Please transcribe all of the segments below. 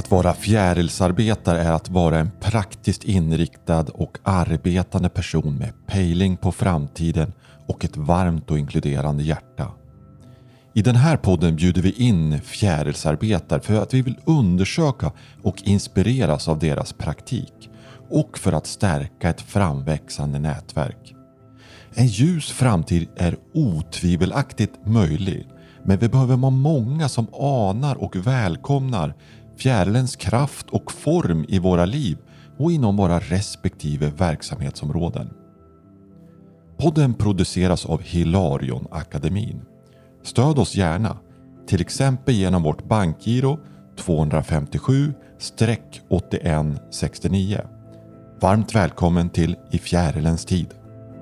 Att vara fjärilsarbetare är att vara en praktiskt inriktad och arbetande person med pejling på framtiden och ett varmt och inkluderande hjärta. I den här podden bjuder vi in fjärilsarbetare för att vi vill undersöka och inspireras av deras praktik och för att stärka ett framväxande nätverk. En ljus framtid är otvivelaktigt möjlig, men vi behöver vara många som anar och välkomnar fjärilens kraft och form i våra liv och inom våra respektive verksamhetsområden. Podden produceras av Hilarion-akademin. Stöd oss gärna, till exempel genom vårt bankgiro 257-8169. Varmt välkommen till I fjärilens tid.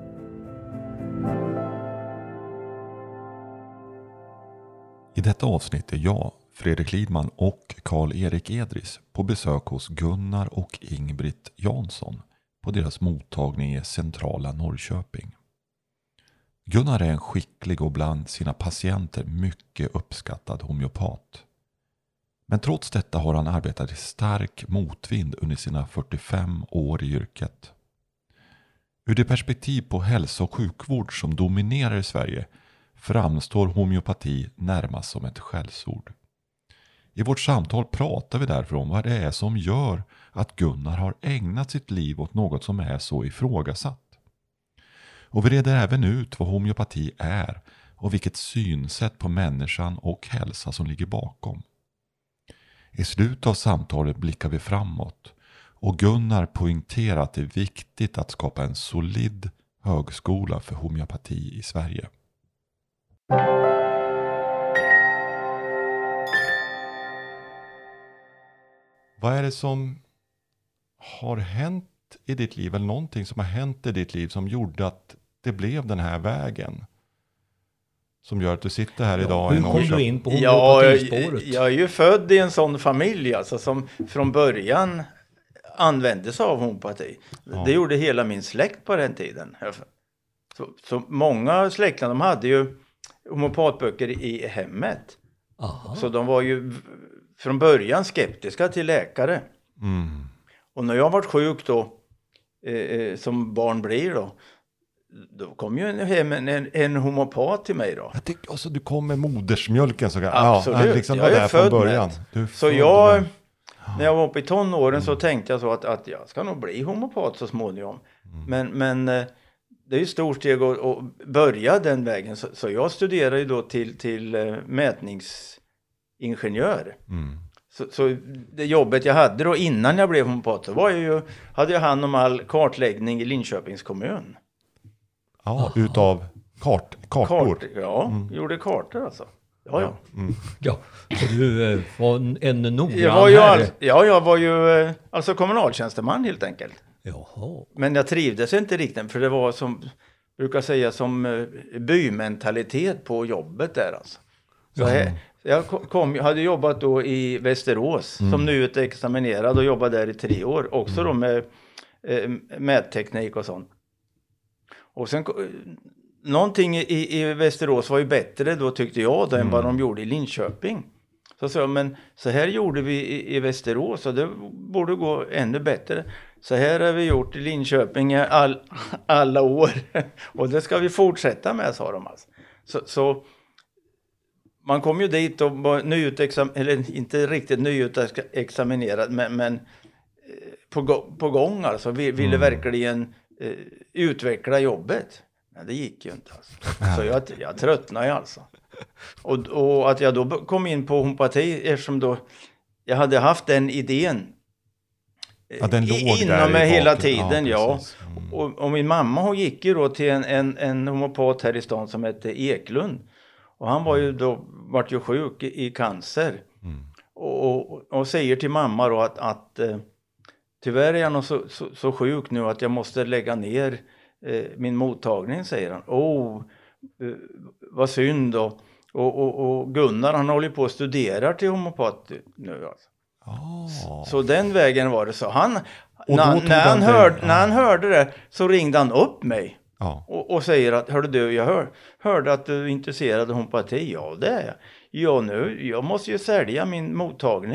I detta avsnitt är jag, Fredrik Lidman och Karl-Erik Edris på besök hos Gunnar och Ingbritt Jansson på deras mottagning i centrala Norrköping. Gunnar är en skicklig och bland sina patienter mycket uppskattad homeopat. Men trots detta har han arbetat i stark motvind under sina 45 år i yrket. Ur det perspektiv på hälso- och sjukvård som dominerar i Sverige framstår homeopati närmast som ett skällsord. I vårt samtal pratar vi därför om vad det är som gör att Gunnar har ägnat sitt liv åt något som är så ifrågasatt. Och vi reder även ut vad homeopati är och vilket synsätt på människan och hälsa som ligger bakom. I slutet av samtalet blickar vi framåt och Gunnar poängterar att det är viktigt att skapa en solid högskola för homeopati i Sverige. Vad är det som har hänt i ditt liv, eller någonting som har hänt i ditt liv som gjorde att det blev den här vägen? Som gör att du sitter här idag i Norrköping. Hur kom du in på homeopatispåret? Jag är ju född i en sån familj alltså, som från början använde sig av homeopati. Ja. Det gjorde hela min släkt på den tiden. Så många släkten, de hade ju homeopatböcker i hemmet. Aha. Så de var ju från början skeptiska till läkare. Mm. Och när jag var sjuk då, som barn blir då kom ju en homeopat till mig då. Alltså du kom med modersmjölken så absolut. Ja, liksom jag är född från början. Så när jag var uppe i tonåren så tänkte jag så att jag ska nog bli homeopat så småningom. Men det är ju ett stort steg att börja den vägen. Så jag studerade ju då till mätningsingenjör. Mm. Så det jobbet jag hade då innan jag blev homeopat, så hade jag hand om all kartläggning i Linköpings kommun. Ja, utav kartor? Gjorde kartor alltså. Ja. Mm. Ja, så du var en noggrann jag var ju alltså kommunaltjänsteman helt enkelt. Jaha. Men jag trivdes inte riktigt, för det var som brukar säga som bymentalitet på jobbet där alltså. Så jag hade jobbat då i Västerås som nyutexaminerad och jobbade där i 3 år. Också då med mätteknik och sånt. Och sen någonting i Västerås var ju bättre då tyckte jag än vad de gjorde i Linköping. Så sa jag, men så här gjorde vi i Västerås och det borde gå ännu bättre. Så här har vi gjort i Linköping alla år och det ska vi fortsätta med, sa de alltså. Så man kom ju dit och var eller inte riktigt nyutexaminerad men på gång alltså. Ville verkligen utveckla jobbet. Men det gick ju inte alltså. Så jag tröttnade alltså. Och att jag då kom in på homeopati eftersom då jag hade haft den idén inom mig hela tiden. Ja. Och min mamma, hon gick ju då till en homeopat här i stan som hette Eklund. Och han var ju då, vart ju sjuk i cancer. Och säger till mamma då att tyvärr är jag nog så sjuk nu att jag måste lägga ner min mottagning, säger han. Vad synd då. Och Gunnar, han håller på att studera till homeopat nu alltså. Så den vägen var det så. När han hörde det så ringde han upp mig. Och säger att, hörde du, jag hörde att du är intresserad av homeopati. Ja, det är jag. Ja, nu, jag måste ju sälja min mottagning.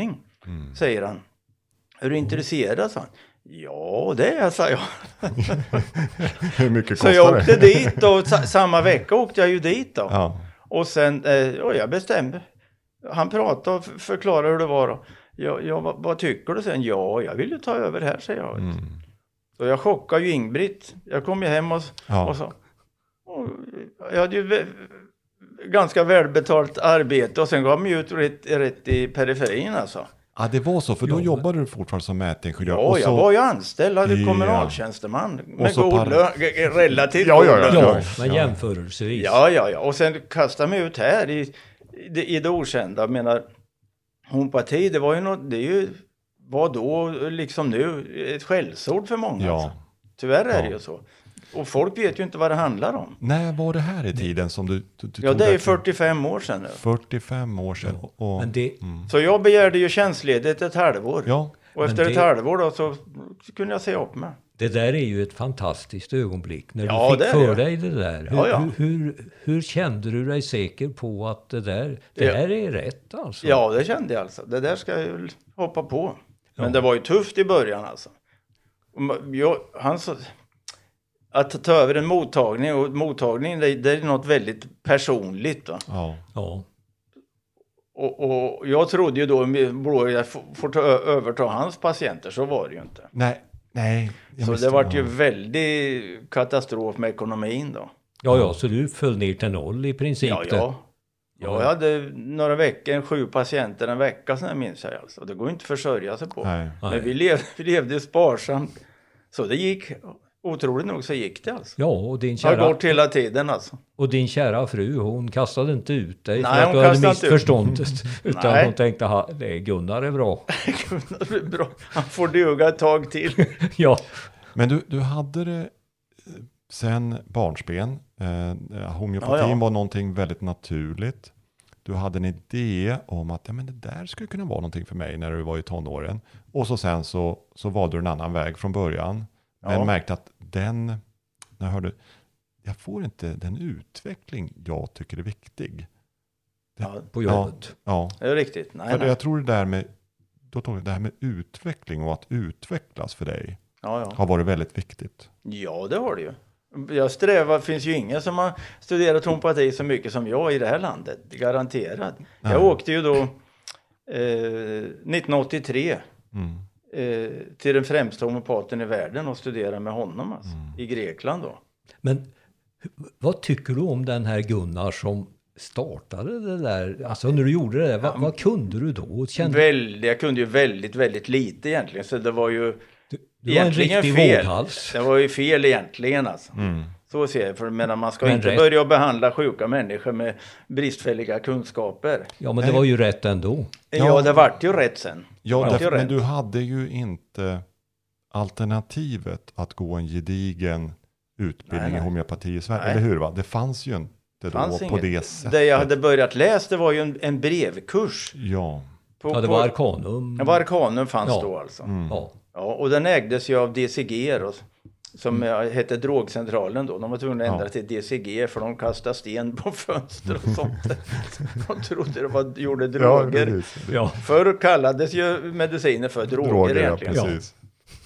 säger han. Är du intresserad, sa han. Ja, det är, sa jag. Hur mycket Så kostar jag åkte det? dit och samma vecka åkte jag ju dit då. Ja. Och sen, jag bestämde. Han pratade och förklarade hur det var då. Vad tycker du sen? Ja, jag vill ju ta över här, säger jag. Så jag chockade ju Ingbritt. Jag kom ju hem och så. Och jag hade ju ganska välbetalt arbete och sen gav mig ut rätt i periferin alltså. Ja, det var så, för då jobbade du fortfarande som mätingenjör. Ja, jag var ju anställd, hade kommunaltjänsteman med så god lön, relativt Ja, god ja, lön. Ja, men jämförelsevis. Ja. Och sen kastade mig ut här i det okända. Jag menar, homopati, det var ju något, det är ju, var då liksom nu ett skällsord för många. Ja. Alltså. Tyvärr är det ju så. Och folk vet ju inte vad det handlar om. När var det här i tiden som du Ja, det är ju 45 år sedan nu. 45 år sedan. Och, Men det, Så jag begärde ju tjänstledigt ett halvår. ja, Och efter ett halvår då så kunde jag säga upp mig. det där är ju ett fantastiskt ögonblick. När Ja, du det fick är för det. dig det där. Ja. Hur kände du dig säker på att det här är rätt alltså? Ja, det kände jag alltså. Det där ska jag ju hoppa på. Men det var ju tufft i början alltså. Att ta över en mottagning, och mottagning det är något väldigt personligt. Va? Ja. Och jag trodde ju då jag får överta hans patienter, så var det ju inte. Nej. Så det var ju väldigt katastrof med ekonomin då. Ja, så du föll ner till noll i princip. Ja. Jag hade några veckor, 7 patienter en vecka sen minns jag alltså. Det går ju inte att försörja sig på. Nej. Men vi levde sparsamt. Så det gick, otroligt nog så gick det alltså. Ja, och din Det har kära, gått hela tiden alltså. och din kära fru, hon kastade inte ut dig Nej, för att hon du hade kastade mist inte ut. förståndet. Utan Nej. hon tänkte, det Gunnar är bra. Det är bra. Han får duga ett tag till. Ja. Men du hade det sen barnsben. Homeopatin var någonting väldigt naturligt. Du hade en idé om att men det där skulle kunna vara någonting för mig när du var i tonåren. Och sen så valde du en annan väg från början. Men märkte att jag får inte den utveckling jag tycker är viktig. På jobbet. Ja. Det är riktigt. Nej. Jag tror det här med utveckling och att utvecklas för dig har varit väldigt viktigt. Ja, det har det ju. Jag strävar, finns ju ingen som har studerat homopati så mycket som jag i det här landet. Garanterat. Nej. Jag åkte ju då 1983 till den främsta homopaten i världen och studerade med honom alltså, i Grekland då. Men vad tycker du om den här Gunnar som startade det där? Alltså när du gjorde det, vad kunde du då? Jag kunde ju väldigt, väldigt lite egentligen. Så det var ju du var en riktig fel. vårdhals. Det var ju fel egentligen alltså. Så ser jag. För man ska inte rätt. börja behandla sjuka människor med bristfälliga kunskaper. Ja, men det var ju rätt ändå. Ja, det vart ju rätt sen. Men du hade ju inte alternativet att gå en gedigen utbildning i homeopati i Sverige. Eller hur? Va? Det fanns ju inte då på det sättet. Det jag hade börjat läsa, det var ju en brevkurs. Ja. Det var Arcanum. Ja, Arcanum fanns då alltså. Ja, och den ägdes ju av DCG då, som hette Drogcentralen då. De var tvungna att ändra till DCG för de kastade sten på fönster och sånt. De trodde gjorde droger. Ja, Förr kallades ju mediciner för droger egentligen. Ja, precis.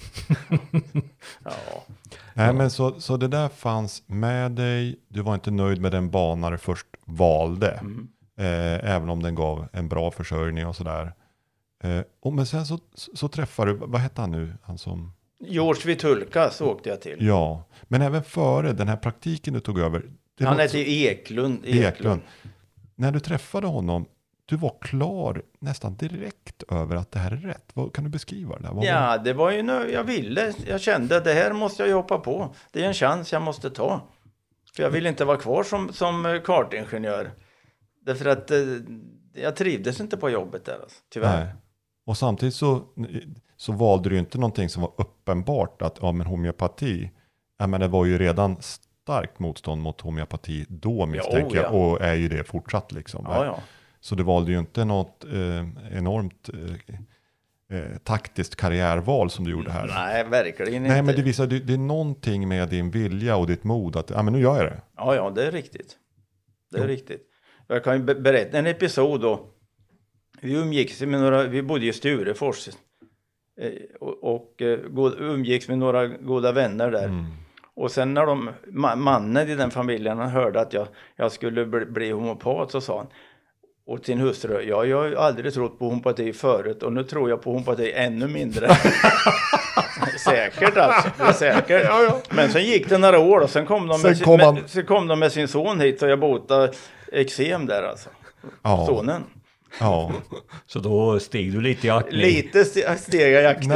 Nej, men så det där fanns med dig. Du var inte nöjd med den bana du först valde. Även om den gav en bra försörjning och sådär. Men sen så träffade du, vad hette han nu? Han som... George Vitulka så åkte jag till. Ja, men även före den här praktiken du tog över. Han hette Eklund. När du träffade honom, du var klar nästan direkt över att det här är rätt. Kan du beskriva det? Det var ju jag kände att det här måste jag ju hoppa på. Det är en chans jag måste ta. För jag vill inte vara kvar som kartingenjör. Därför att jag trivdes inte på jobbet där alltså, tyvärr. Nej. Och samtidigt så valde du ju inte någonting som var uppenbart att men homeopati, men det var ju redan starkt motstånd mot homeopati då misstänker jag, och är ju det fortsatt liksom. Ja. Så du valde ju inte något enormt taktiskt karriärval som du gjorde här. Nej, verkligen inte. Nej, men det visar det är någonting med din vilja och ditt mod att men nu gör jag det. Ja, det är riktigt. Det är riktigt. Jag kan ju berätta en episod då. Vi umgicks med några, vi bodde i Sturefors och umgicks med några goda vänner där. Och sen när mannen i den familjen hörde att jag skulle bli homopat, så sa han och sin hustru, jag har ju aldrig trott på homopati förut och nu tror jag på homopati ännu mindre. Säkert alltså, det är säkert. Ja. Men sen gick det några år och sen kom de med sin son hit och jag botade eksem där alltså. Sonen. Ja. Så då steg du lite i aktning? Lite steg jag i aktning,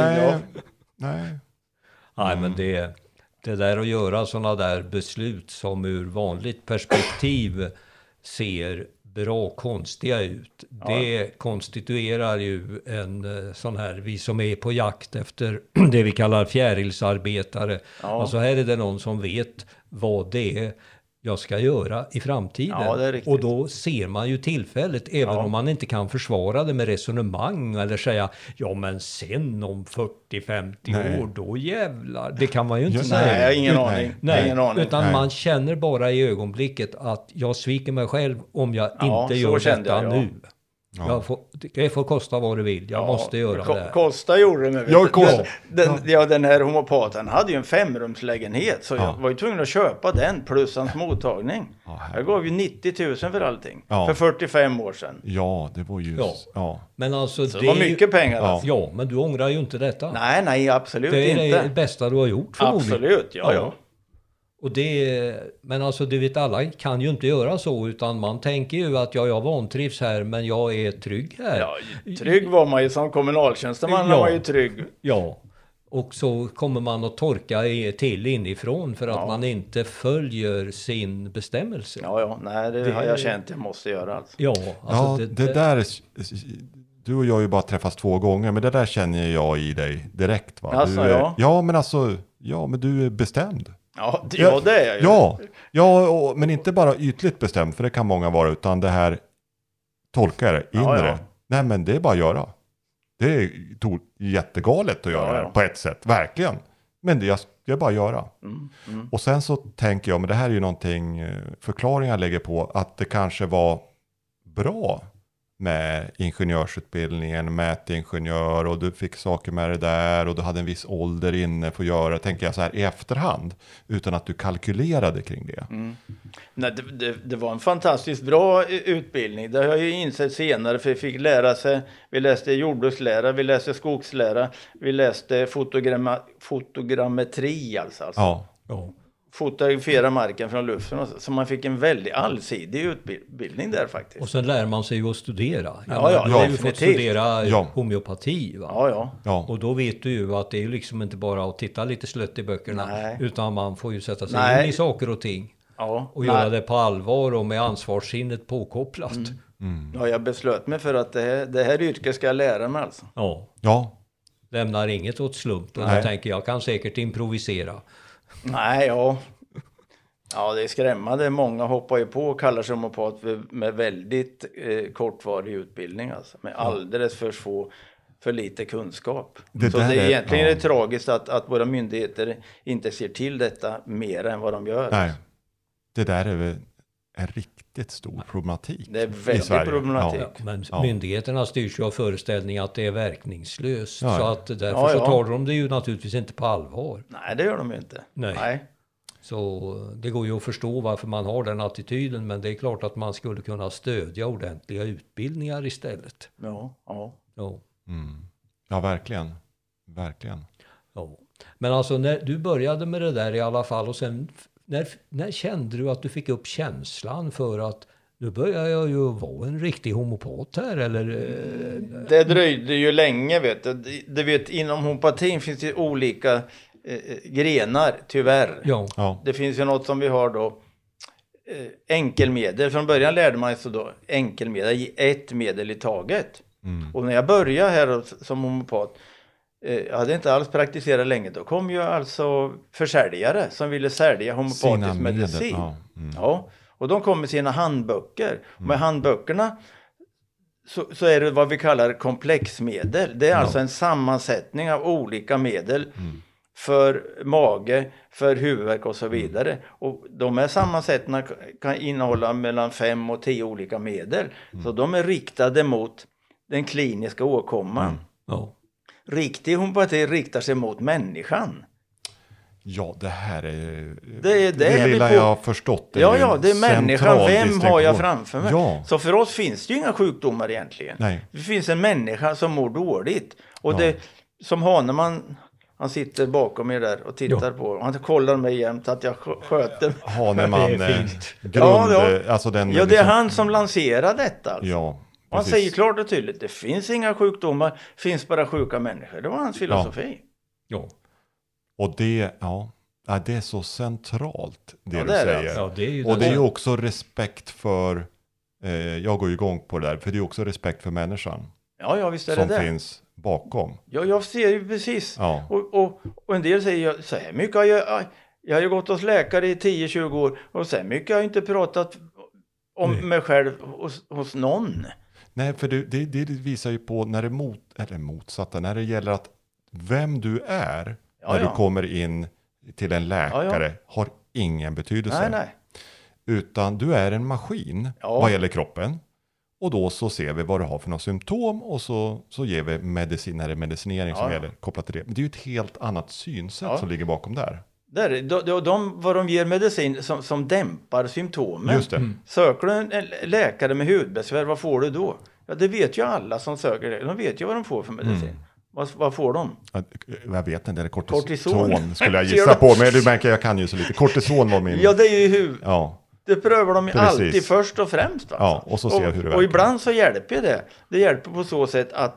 Nej, men det där att göra sådana där beslut som ur vanligt perspektiv ser bra konstiga ut. Det konstituerar ju en sån här, vi som är på jakt efter det vi kallar fjärilsarbetare. Alltså här är det någon som vet vad det är jag ska göra i framtiden. Ja, det är riktigt. Och då ser man ju tillfället, även om man inte kan försvara det med resonemang eller säga, ja men sen om 40-50 år, då jävlar. Det kan man ju inte säga. Nej, ingen aning. Utan man känner bara i ögonblicket att jag sviker mig själv om jag inte gör detta nu. Det får kosta vad det vill. Jag måste göra det. Kosta gjorde det. Den här homopaten hade ju en 5-rumslägenhet. Så jag var ju tvungen att köpa den plus hans mottagning. Jag gav ju 90 000 för allting. För 45 år sedan. Ja, det var ju... Men alltså, så det var mycket pengar. Alltså. Ja, men du ångrar ju inte detta. Nej, absolut inte. Det är det bästa du har gjort förmodligen. Absolut, ja. Och men alltså du vet, alla kan ju inte göra så, utan man tänker ju att jag vantrivs här men jag är trygg här. Ja, trygg var man ju som kommunaltjänsteman, var ju trygg. Ja, och så kommer man att torka till inifrån för att man inte följer sin bestämmelse. Nej, det har jag känt jag måste göra alltså. Det där, du och jag har ju bara träffats 2 gånger, men det där känner jag i dig direkt, va? Alltså, men du är bestämd. Ja, det är jag ju. Ja, men inte bara ytligt bestämt, för det kan många vara, utan det här tolkar det inre. Nej, men det är bara att göra. Det är jättegalet att göra på ett sätt, verkligen. Men det är bara att göra. Och sen så tänker jag, men det här är ju någonting förklaringar lägger på, att det kanske var bra med ingenjörsutbildningen, mätingenjör, och du fick saker med det där och du hade en viss ålder inne för att göra, tänker jag så här i efterhand, utan att du kalkylerade kring det. Nej, det var en fantastiskt bra utbildning. Det har jag ju insett senare, för vi läste jordbrukslära, vi läste skogslära, vi läste fotogrammetri alltså. Fotografera marken från luften, så man fick en väldigt allsidig utbildning där faktiskt. Och sen lär man sig ju att studera. Du har ju fått studera homeopati, va? Och då vet du ju att det är liksom inte bara att titta lite slött i böckerna, utan man får ju sätta sig in i saker och ting. Och göra det på allvar och med ansvarssinnet påkopplat. Ja, jag beslöt mig för att det här yrket ska jag lära mig alltså. Lämnar inget åt slump. Och jag tänker, jag kan säkert improvisera. Nej, det är skrämmande. Många hoppar ju på och kallar sig homopat med väldigt kortvarig utbildning alltså, med alldeles för lite kunskap. Så det är egentligen tragiskt att våra myndigheter inte ser till detta mer än vad de gör. Nej, det där är väl en riktigt stor problematik. Det är väldigt problematik. Men myndigheterna styrs ju av föreställningen att det är verkningslöst. Så att därför så tar de det ju naturligtvis inte på allvar. Nej, det gör de ju inte. Nej. Så det går ju att förstå varför man har den attityden, men det är klart att man skulle kunna stödja ordentliga utbildningar istället. Ja, verkligen. Verkligen. Men alltså när du började med det där i alla fall, och sen när kände du att du fick upp känslan för att nu börjar jag ju vara en riktig homopat här, eller? Det dröjde ju länge, vet du. Inom homopatin finns det olika grenar, tyvärr. Det finns ju något som vi har då, enkelmedel. Från början lärde man sig då enkelmedel, ett medel i taget. Och när jag började här som homopat, jag hade inte alls praktiserat länge. Då kom ju alltså försäljare som ville sälja homopatisk medicin. Och de kom med sina handböcker. Med handböckerna så är det vad vi kallar komplexmedel. Det är alltså en sammansättning av olika medel för mage, för huvudvärk och så vidare. Och de här sammansättningarna kan innehålla mellan 5 och 10 olika medel. Så de är riktade mot den kliniska åkomman. Ja. Riktig homeopati riktar sig mot människan. Ja, det här är det lilla jag har förstått. Det är människan. Vem har jag framför mig? Ja. Så för oss finns det ju inga sjukdomar egentligen. Nej. Det finns en människa som mår dåligt. Och det som Haneman, han sitter bakom er där och tittar på. Och han kollar mig jämt att jag sköter. Haneman, Det är fint. alltså den... Ja, det är han som lanserar detta. Alltså. Ja, och han säger klart och tydligt, det finns inga sjukdomar, finns bara sjuka människor. Det var hans filosofi. Ja. Och det är så centralt det du det är det. säger. Ja, det är ju Och det är ju också respekt för, jag går ju igång på det där, för det är också respekt för människan. Ja, visst är som det finns bakom. Ja, jag ser ju precis. Ja. Och en del säger, så här mycket jag har ju gått hos läkare i 10-20 år och så här mycket har jag inte pratat om mig själv hos någon. Nej, för det visar ju på när det motsatta, när det gäller att vem du är när du kommer in till en läkare har ingen betydelse. Nej. Utan du är en maskin vad gäller kroppen. Och då så ser vi vad du har för några symptom och så ger vi medicinering som gäller kopplat till det. Men det är ju ett helt annat synsätt som ligger bakom där. Vad de ger medicin som dämpar symptomen. Just det. Söker du en läkare med hudbesvär, vad får du då? Ja, det vet ju alla som söker det. De vet ju vad de får för medicin. Vad får de? Jag vet inte, det är kortison skulle jag gissa på. Men du märker, jag kan ju så lite. Kortison var min... Ja, det är ju huvud. Ja. Det prövar de ju alltid först och främst. Alltså. Ja, och så ser jag hur det verkar. Och ibland så hjälper det. Det hjälper på så sätt att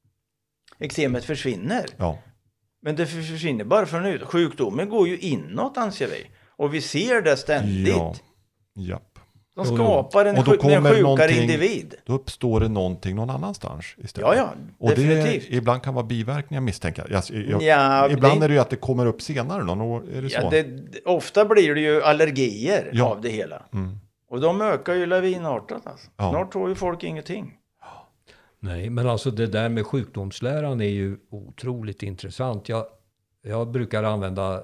eksemet försvinner. Ja. Men det försvinner bara från ut. Sjukdomen går ju inåt, anser vi. Och vi ser det ständigt. Ja. De skapar en sjukare individ. Då uppstår det någonting någon annanstans istället. Ja, och definitivt. Det ibland kan vara biverkningar, misstänker jag. Ibland är det ju att det kommer upp senare. Någon år, är det så? Ofta blir det ju allergier av det hela. Och de ökar ju lavinartat. Alltså. Snart tror ju folk ingenting. Nej, men alltså det där med sjukdomsläran är ju otroligt intressant. Jag brukar använda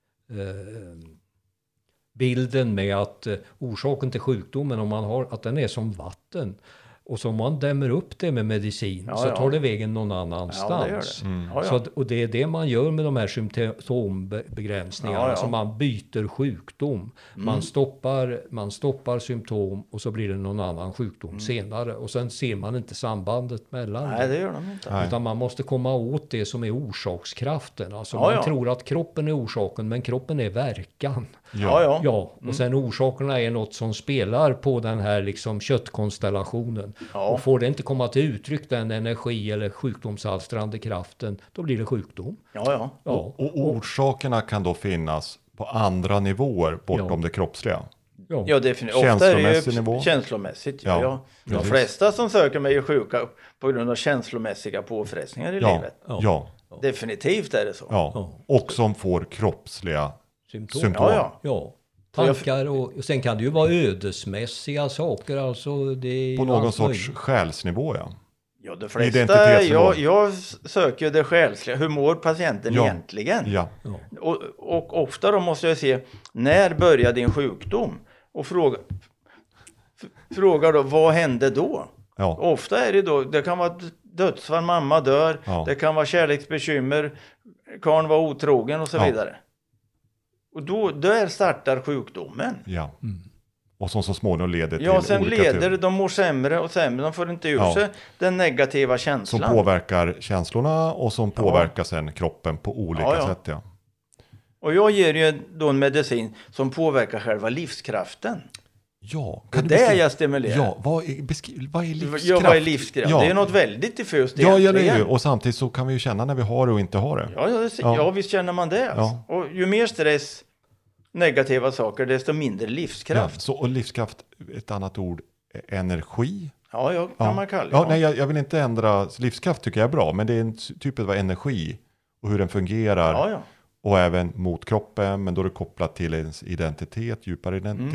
bilden med att orsaken till sjukdomen, om man har att den är som vatten och så om man dämmer upp det med medicin så tar det vägen någon annanstans. Och det är det man gör med de här symptombegränsningarna. Så man byter sjukdom. Man stoppar symptom och så blir det någon annan sjukdom senare. Och sen ser man inte sambandet mellan. Nej, det gör de inte. Utan man måste komma åt det som är orsakskraften. Alltså man tror att kroppen är orsaken, men kroppen är verkan. Och sen orsakerna är något som spelar på den här liksom köttkonstellationen. Och får det inte komma till uttryck, den energi eller sjukdomsalstrande kraften, då blir det sjukdom. Och orsakerna kan då finnas på andra nivåer bortom det kroppsliga. Ja, definitivt. Ofta är det ju känslomässigt. De flesta som söker mig är sjuka på grund av känslomässiga påfrestningar i livet. Definitivt är det så. Och som får kroppsliga symptom. Tankar och sen kan det ju vara ödesmässiga saker. Alltså det är på någon sorts själsnivå, Ja, de flesta, jag söker det själsliga. Hur mår patienten egentligen? Och ofta då måste jag se, när börjar din sjukdom? Och fråga då, vad hände då? Ofta är det då, det kan vara dödsfall, mamma dör, det kan vara kärleksbekymmer, karln var otrogen och så vidare. Och där startar sjukdomen. Och som så småningom leder till sen leder de mår sämre och sämre. De får inte ur sig den negativa känslan. Som påverkar känslorna och som påverkar sen kroppen på olika sätt. Och jag ger ju då en medicin som påverkar själva livskraften. Det är jag stimulerar. Vad är livskraft? Vad är livskraft? Det är något väldigt diffust egentligen. Och samtidigt så kan vi ju känna när vi har det och inte har det. Visst känner man det. Alltså. Och ju mer stress, negativa saker, desto mindre livskraft. Och livskraft, ett annat ord, energi. Kan man kalla det. Nej, jag vill inte ändra. Livskraft tycker jag är bra, men det är en typ av energi och hur den fungerar. Och även mot kroppen, men då är det kopplat till ens identitet, djupare identitet.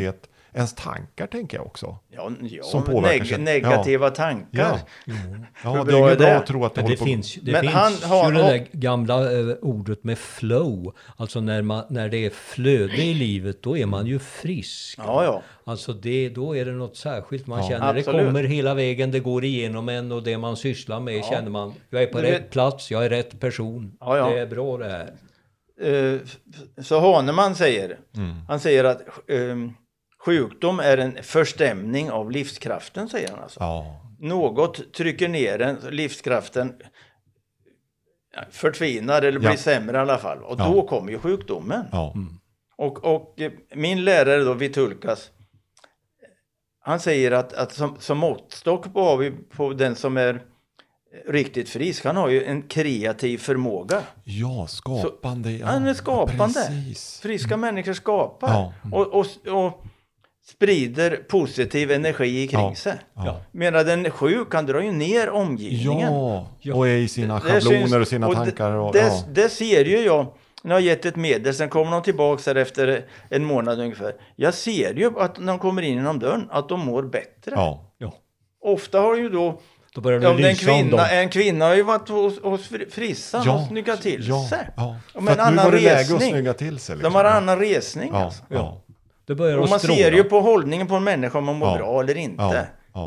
ens tankar tänker jag också. Ja, som påverkar sig. negativa tankar. Ja, Hur det är ju bra att tro att Men det finns ju det där gamla ordet med flow. Alltså när det är flöde i livet, då är man ju frisk. Ja. Alltså då är det något särskilt man känner. Absolut. Det kommer hela vägen, det går igenom en och det man sysslar med känner man. Jag är på rätt plats, jag är rätt person. Ja. Det är bra det här. Så Hahnemann säger, han säger att sjukdom är en förstämning av livskraften, säger han alltså. Ja. Något trycker ner den, livskraften förtvinar eller blir sämre i alla fall. Och då kommer ju sjukdomen. Ja. Och min lärare då, Vitulkas, han säger att som måttstock på den som är riktigt frisk, han har ju en kreativ förmåga. Ja, skapande. Han är skapande. Precis. Friska människor skapar. Ja. Och sprider positiv energi kring sig. Ja. Medan den sjuk kan dra ju ner omgivningen. Ja, och är i sina schabloner och sina tankar. Och, det ser ju jag. När jag har gett ett medel, sen kommer de tillbaka här efter en månad ungefär. Jag ser ju att när de kommer in genom dörren, att de mår bättre. Ja. Ofta har ju då börjar det lysa om dem. En kvinna har ju varit hos frissan och snyggat till sig. Ja. Men nu var det läge att snygga till sig. Liksom. De har annan resning. Ja. Alltså. Ja. Det börjar och man stråla. ser ju på hållningen på en människa om man mår bra eller inte.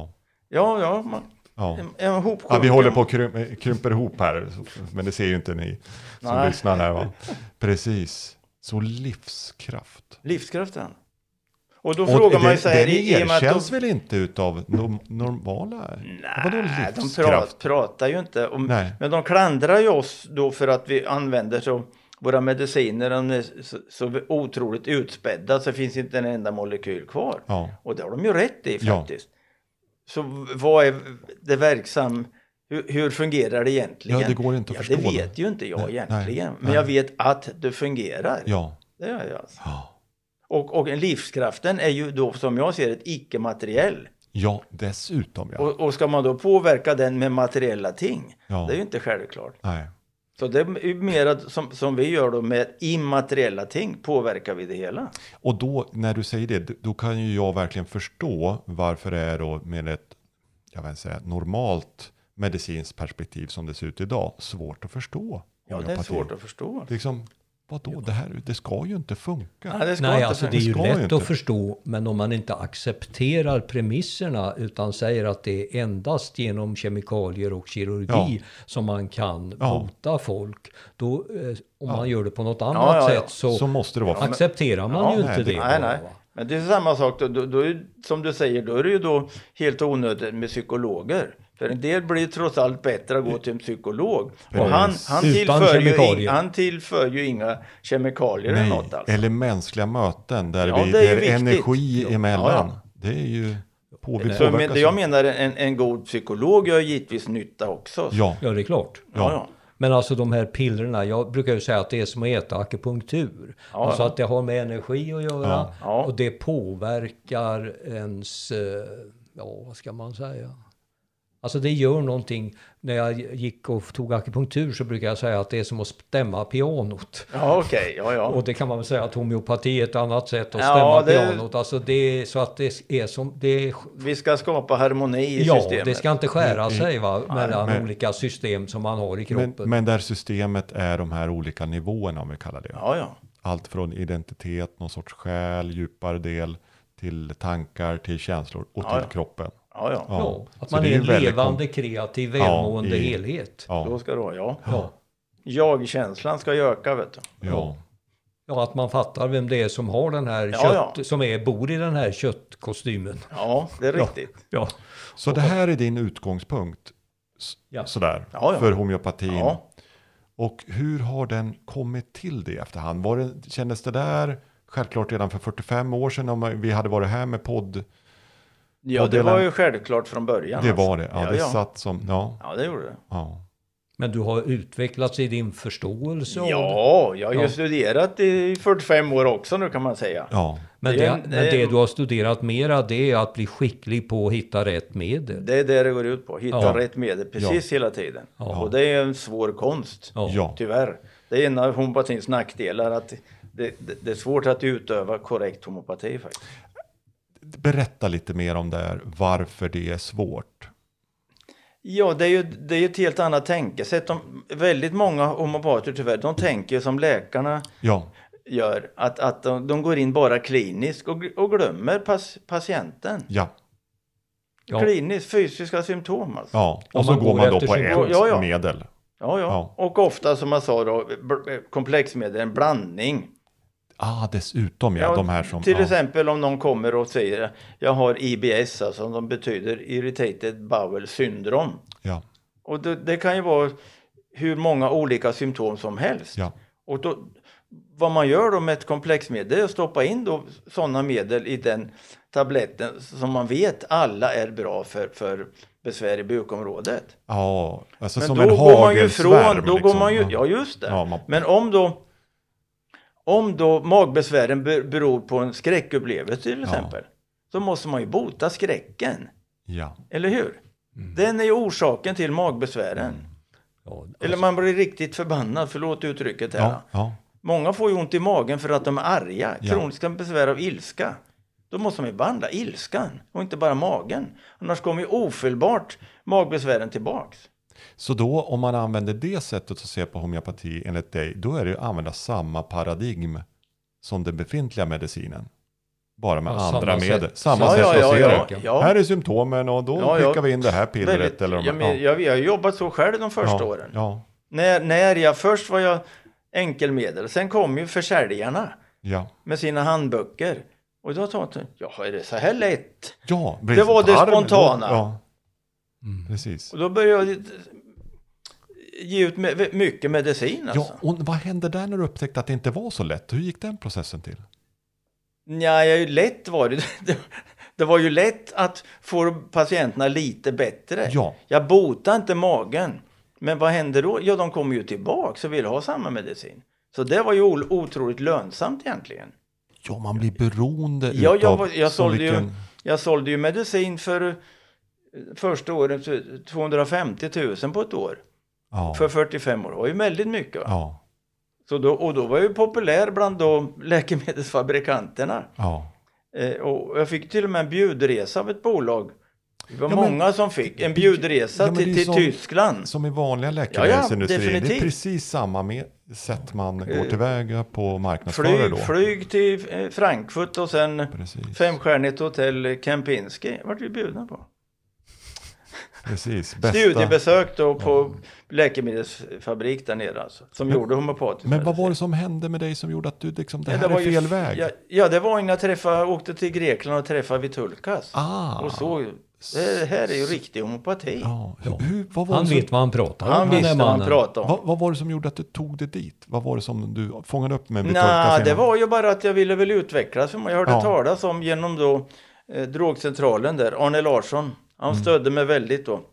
Vi håller på att krymper ihop här, men det ser ju inte ni som lyssnar här, va? Precis. Så livskraft. Livskraften. Och då frågar man sig här... Det erkänns väl inte utav normala... Nej, de pratar ju inte om... Men de klandrar ju oss då för att vi använder våra mediciner, de är så otroligt utspädda så finns inte en enda molekyl kvar. Ja. Och det har de ju rätt i faktiskt. Så vad är det verksam? Hur fungerar det egentligen? Ja, det går inte att förstå. Det vet ju inte jag egentligen. Nej. Men jag vet att det fungerar. Ja. Det gör jag alltså. Ja. Och livskraften är ju då, som jag ser, ett icke-materiell. Ja, dessutom. Ja. Och ska man då påverka den med materiella ting? Det är ju inte självklart. Nej. Så det är mer som vi gör då med immateriella ting, påverkar vi det hela. Och då, när du säger det, då kan ju jag verkligen förstå varför det är då med ett, normalt medicinskt perspektiv som det ser ut idag, svårt att förstå. Ja, det är svårt att förstå. Liksom, vadå? Det ska ju inte funka. Nej, det är ju lätt att förstå, men om man inte accepterar premisserna utan säger att det är endast genom kemikalier och kirurgi som man kan bota folk, då om man gör det på något annat sätt så måste det vara. Accepterar man ju inte det. Nej. Men det är samma sak då som du säger, då är det ju då helt onödigt med psykologer. För en del blir trots allt bättre att gå till en psykolog. Och han tillför ju inga kemikalier eller något. Alltså. Eller mänskliga möten där det är energi emellan. Det är ju jag menar en god psykolog gör givetvis nytta också. Ja, det är klart. Ja. Men alltså de här pillerna, jag brukar ju säga att det är som att äta akupunktur. Alltså att det har med energi att göra. Och det påverkar ens, vad ska man säga? Alltså det gör någonting. När jag gick och tog akupunktur så brukar jag säga att det är som att stämma pianot. Ja, okej. Ja. Och det kan man väl säga att homeopati är ett annat sätt att stämma pianot. Alltså det är så att det är som... Vi ska skapa harmoni i systemet. Ja, det ska inte skära sig mellan olika system som man har i kroppen. Men där systemet är de här olika nivåerna, om vi kallar det. Ja. Allt från identitet, någon sorts själ, djupare del, till tankar, till känslor och till kroppen. Ja. Att man är en levande, kreativ, välmående helhet. Ja. Då ska det vara, Jag-känslan ska öka, vet du. Ja, att man fattar vem det är som har den här som bor i den här köttkostymen. Ja, det är riktigt. Ja. Så det här är din utgångspunkt sådär för homeopatin. Ja. Och hur har den kommit till det efterhand? Kändes det där självklart redan för 45 år sedan om vi hade varit här med podd? Ja, det var ju självklart från början. Det var det. Ja, det satt som... Ja, det gjorde det. Ja. Men du har utvecklats i din förståelse? Ja, jag har ju studerat i 45 år också nu kan man säga. Ja. Men det du har studerat mera, det är att bli skicklig på att hitta rätt medel. Det är det går ut på. Hitta rätt medel precis hela tiden. Ja. Och det är en svår konst, tyvärr. Det är en av homeopatins nackdelar att det är svårt att utöva korrekt homopati faktiskt. Berätta lite mer om det här, varför det är svårt. Ja, det är ju ett helt annat tänkesätt. Väldigt många homeopater tyvärr, de tänker som läkarna gör. Att de går in bara kliniskt och glömmer patienten. Ja. Kliniskt, fysiska symptom alltså. Ja, och så går man då på ett medel. Ja. Och ofta som jag sa då, komplexmedel, en blandning. Dessutom de här som... Till exempel om någon kommer och säger jag har IBS, alltså som betyder Irritated Bowel Syndrome. Ja. Och det kan ju vara hur många olika symptom som helst. Ja. Och då, vad man gör då med ett komplexmedel är att stoppa in då sådana medel i den tabletten som man vet alla är bra för besvär i bukområdet. Ja, alltså men som då en går man ju hagelsvärm. då går man ju, ja just det. Men om då magbesvären beror på en skräckupplevelse till exempel, så måste man ju bota skräcken. Ja. Eller hur? Den är ju orsaken till magbesvären. Eller man blir riktigt förbannad, förlåt uttrycket här. Många får ju ont i magen för att de är arga. Kroniska besvär av ilska. Då måste man ju behandla ilskan och inte bara magen. Annars kommer ju ofelbart magbesvären tillbaks. Så då om man använder det sättet att se på homeopati enligt dig, då är det att använda samma paradigm som den befintliga medicinen. Bara med andra medel. Samma sätt att se det. Här är symptomen och då skickar vi in det här pillret. Jag har jobbat så själv de första åren. Ja. När först var jag enkelmedel. Sen kom ju försäljarna med sina handböcker. Och då tänkte jag, är det så här lätt? Ja, det var det spontana. Ja. Precis. Och då började jag ge ut mycket medicin. Alltså. Ja, och vad hände där när du upptäckte att det inte var så lätt? Hur gick den processen till? Lätt var det. Det var ju lätt att få patienterna lite bättre. Ja. Jag botade inte magen. Men vad hände då? Ja, de kommer ju tillbaka och vill ha samma medicin. Så det var ju otroligt lönsamt egentligen. Ja, man blir beroende jag sålde ju medicin för första året 250 000 på ett år. För 45 år. Det var ju väldigt mycket. Va? Så då var jag ju populär bland läkemedelsfabrikanterna. Och jag fick till och med en bjudresa av ett bolag. Det var många som fick en bjudresa till Tyskland. Som i vanliga läkemedelsindustrin. Det är precis samma sätt man går tillväga på marknadsförare då. Flyg till Frankfurt och sen 5-stjärnigt hotell Kempinski. Vart vi bjudna på. Precis. Studiebesök då på läkemedelsfabrik där nere alltså, som gjorde homeopatisk. Men vad var det som hände med dig som gjorde att du liksom, det här är fel väg? Det var när jag åkte till Grekland och träffade Vitulkas. Och så, det här är ju riktig homopati. Han vet vad han pratar om. Han visste vad han pratade om. Vad var det som gjorde att du tog det dit? Vad var det som du fångade upp med Vitulkas? Det var ju bara att jag ville väl utvecklas. För jag hörde talas om genom då drogcentralen där, Arne Larsson. Han stödde mig väldigt då.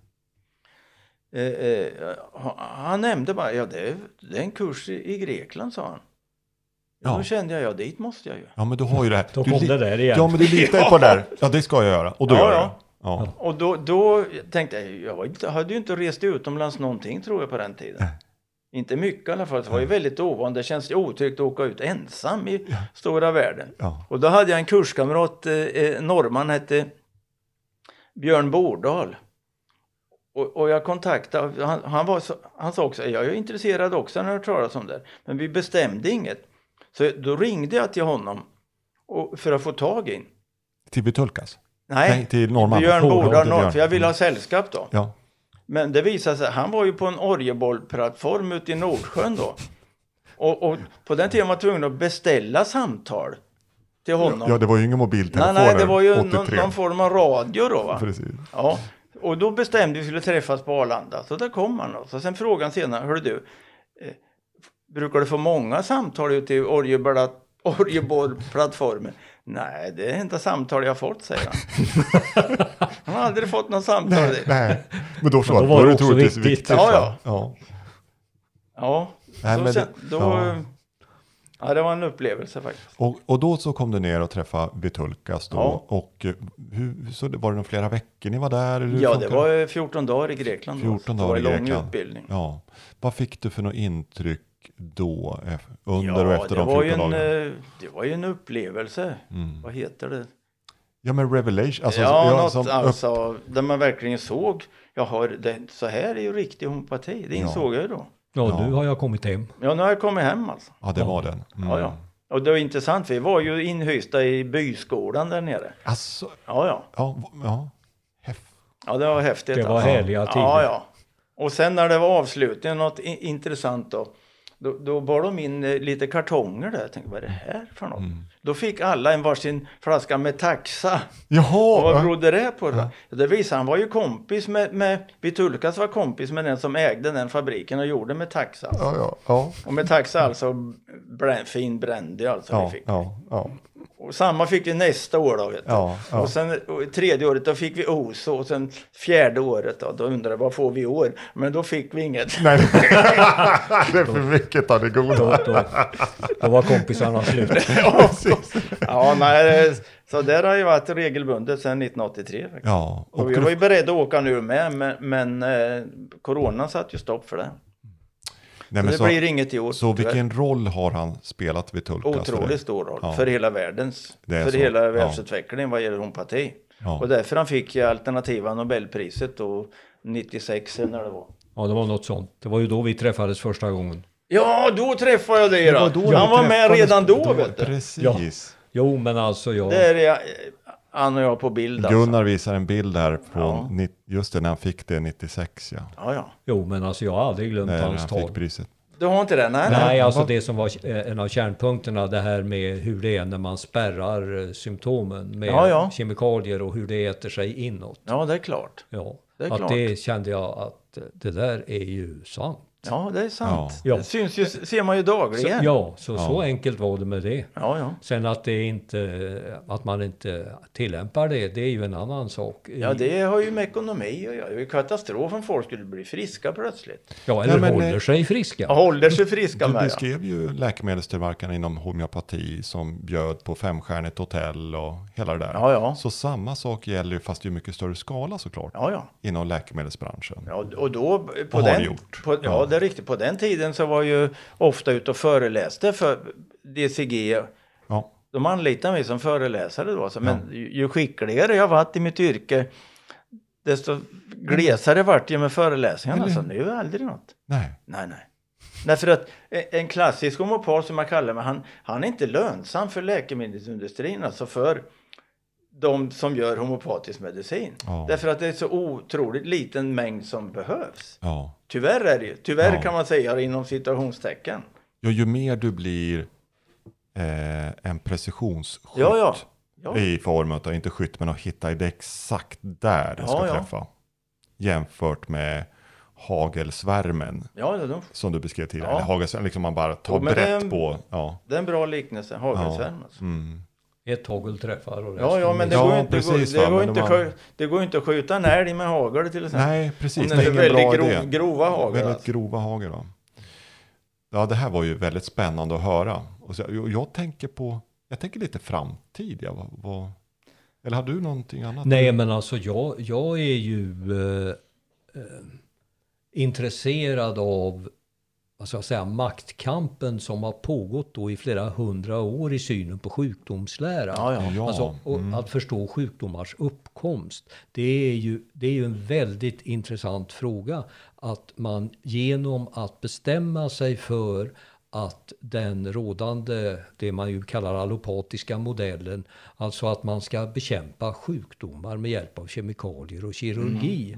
Han nämnde bara, det är en kurs i Grekland, sa han. Då kände jag, dit måste jag ju. Ja, men du har ju det här. Då kom det där igen. Ja, men du litar på det där. Ja, det ska jag göra. Och då gör jag det. Ja. Och då tänkte jag hade ju inte rest utomlands någonting, tror jag, på den tiden. Inte mycket i alla fall. Det var ju väldigt ovan. Det känns ju otryggt att åka ut ensam i stora världen. Och då hade jag en kurskamrat, norrman, hette Björn Bordal. Och jag kontaktade, han sa också, jag är intresserad också när jag talas om det. Men vi bestämde inget. Så då ringde jag till honom för att få tag in. Till Vitulkas? Nej, till norrman. Björn Bordal, för jag ville ha sällskap då. Ja. Men det visade sig, han var ju på en oljebollplattform ute i Nordsjön då. Och på den tiden var man tvungen att beställa samtal till honom. Ja, det var ju ingen mobiltelefon. Nej, det var ju någon form av radio då, va? Precis. Ja, och då bestämde vi skulle träffas på Arlanda. Så där kom han då. Så sen frågan senare, hörde du, brukar du få många samtal ute i oljebollplattformen? Nej, det är enda samtal jag fått, säger han. Han har aldrig fått någon samtal. Nej. Men då var det troligtvis viktigt. Ja. Nej, det var en upplevelse faktiskt. Och då så kom du ner och träffade Vitulkas då. Och så var det nog flera veckor ni var där? Eller det var 14 dagar i Grekland. 14 dagar i Grekland. Det var en lång utbildning. Ja. Vad fick du för något intryck då? Under och efter de 14 dagarna? Det var ju en upplevelse. Vad heter det? Ja, men revelation. Alltså, där man verkligen såg, så här är ju riktig homopati. Det insåg jag ju då. Ja, nu har jag kommit hem. Ja, nu har jag kommit hem alltså. Ja, det var den. Ja. Och det var intressant, vi var ju inhysta i byskolan där nere. Alltså, Ja. Ja, det var häftigt. Det var härliga tider. Ja. Och sen när det var avslutningen, något intressant då bar de in lite kartonger där. Jag tänkte, vad är det här för något? Då fick alla en varsin flaska med taxa. Jaha! Och vad berodde det på? Ja. Det visade, han var ju kompis med Vitulkas var kompis med den som ägde den fabriken och gjorde med taxa. Alltså. Ja. Och med taxa alltså fin brandy alltså vi fick. Ja. Och samma fick vi nästa år då, vet du. Ja. Och sen tredje året då fick vi Oso och sen fjärde året då undrade jag, vad får vi i år? Men då fick vi inget. Nej, det är för mycket av det goda. Då var kompisarna slut. Så där har ju varit regelbundet sedan 1983 faktiskt. Ja. Och vi var ju beredda att åka nu med, men corona satt ju stopp för det. Nej, men det blir inget i år. Så vilken roll har han spelat vid Tulkas? Otroligt stor roll för hela hela världsutvecklingen vad gäller homopati. Ja. Och därför han fick alternativa Nobelpriset då 96 när det var. Ja, det var något sånt. Det var ju då vi träffades första gången. Ja, då träffade jag dig då. Han var med redan då, vet du. Precis. Ja. Jo, men alltså jag... Där är han och jag på bild. Gunnar visar en bild här från just det, när han fick det 96. Ja. Jo, men alltså jag har aldrig glömt hans tal. Fick priset. Du har inte det? Nej, alltså det som var en av kärnpunkterna, det här med hur det är när man spärrar symptomen med kemikalier och hur det äter sig inåt. Ja, det är klart. Ja, det kände jag att det där är ju sant. Ja, det är sant. Ja. Det syns ju, ser man ju dagligen. Så enkelt var det med det. Ja. Sen att man inte tillämpar det är ju en annan sak. Ja, det har ju med ekonomi att göra. Det är ju katastrof om folk skulle bli friska plötsligt. Ja, eller håller sig friska. Ja, håller sig friska med. Du beskrev ju läkemedelstillverkarna inom homeopati som bjöd på 5-stjärnigt hotell och hela det där. Ja. Så samma sak gäller ju, fast i mycket större skala såklart. Ja. Inom läkemedelsbranschen. Ja, och då på det det är riktigt. På den tiden så var ju ofta ute och föreläste för DCG. Ja. De anlitade mig som föreläsare då. Men ju skickligare jag varit i mitt yrke, desto glesare vart jag med föreläsningarna. Så nu är det aldrig något. Nej, för att en klassisk homopat som man kallar mig, han är inte lönsam för läkemedelsindustrin. Alltså för de som gör homopatisk medicin. Därför att det är så otroligt liten mängd som behövs. Tyvärr är det ju. Tyvärr kan man säga inom citationstecken. Ja, ju mer du blir en precisionsskytt i form av, inte skytt, men att hitta det exakt där det ska träffa. Jämfört med hagelsvärmen. Som du beskrev tidigare. Eller hagelsvärmen, liksom man bara tar brett på. Ja. Det är en bra liknelse, hagelsvärmen. Alltså. Ett hagel träffar och men det går inte att skjuta en älg med hagel till exempel. Nej, precis. Det är väldigt grova hagel. Väldigt grova hagel. Ja, det här var ju väldigt spännande att höra. Och så, jag tänker lite framtid. Eller har du någonting annat? Nej, men alltså jag är ju intresserad av maktkampen som har pågått då i flera 100 år i synen på sjukdomslära. Alltså, att förstå sjukdomars uppkomst. Det är ju en väldigt intressant fråga. Att man genom att bestämma sig för att den rådande, det man ju kallar allopatiska modellen, alltså att man ska bekämpa sjukdomar med hjälp av kemikalier och kirurgi.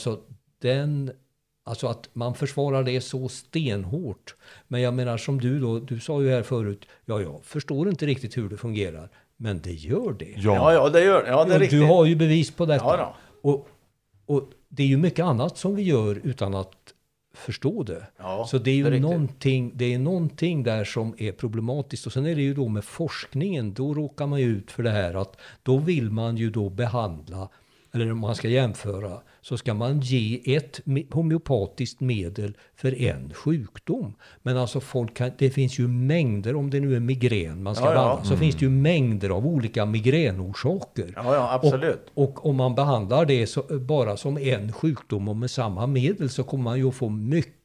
Alltså att man försvarar det så stenhårt. Men jag menar som du sa ju här förut, jag förstår inte riktigt hur det fungerar. Men det gör det. Ja, det gör det. Ja, det är riktigt. Du har ju bevis på detta. Ja, och det är ju mycket annat som vi gör utan att förstå det. Så det är ju någonting där som är problematiskt. Och sen är det ju då med forskningen, då råkar man ju ut för det här att då vill man ju då behandla, eller om man ska jämföra, så ska man ge ett homeopatiskt medel för en sjukdom. Men alltså det finns ju mängder, om det nu är migrän man ska behandla, så finns det ju mängder av olika migränorsaker. Ja, absolut. Och om man behandlar det bara som en sjukdom och med samma medel, så kommer man ju att få mycket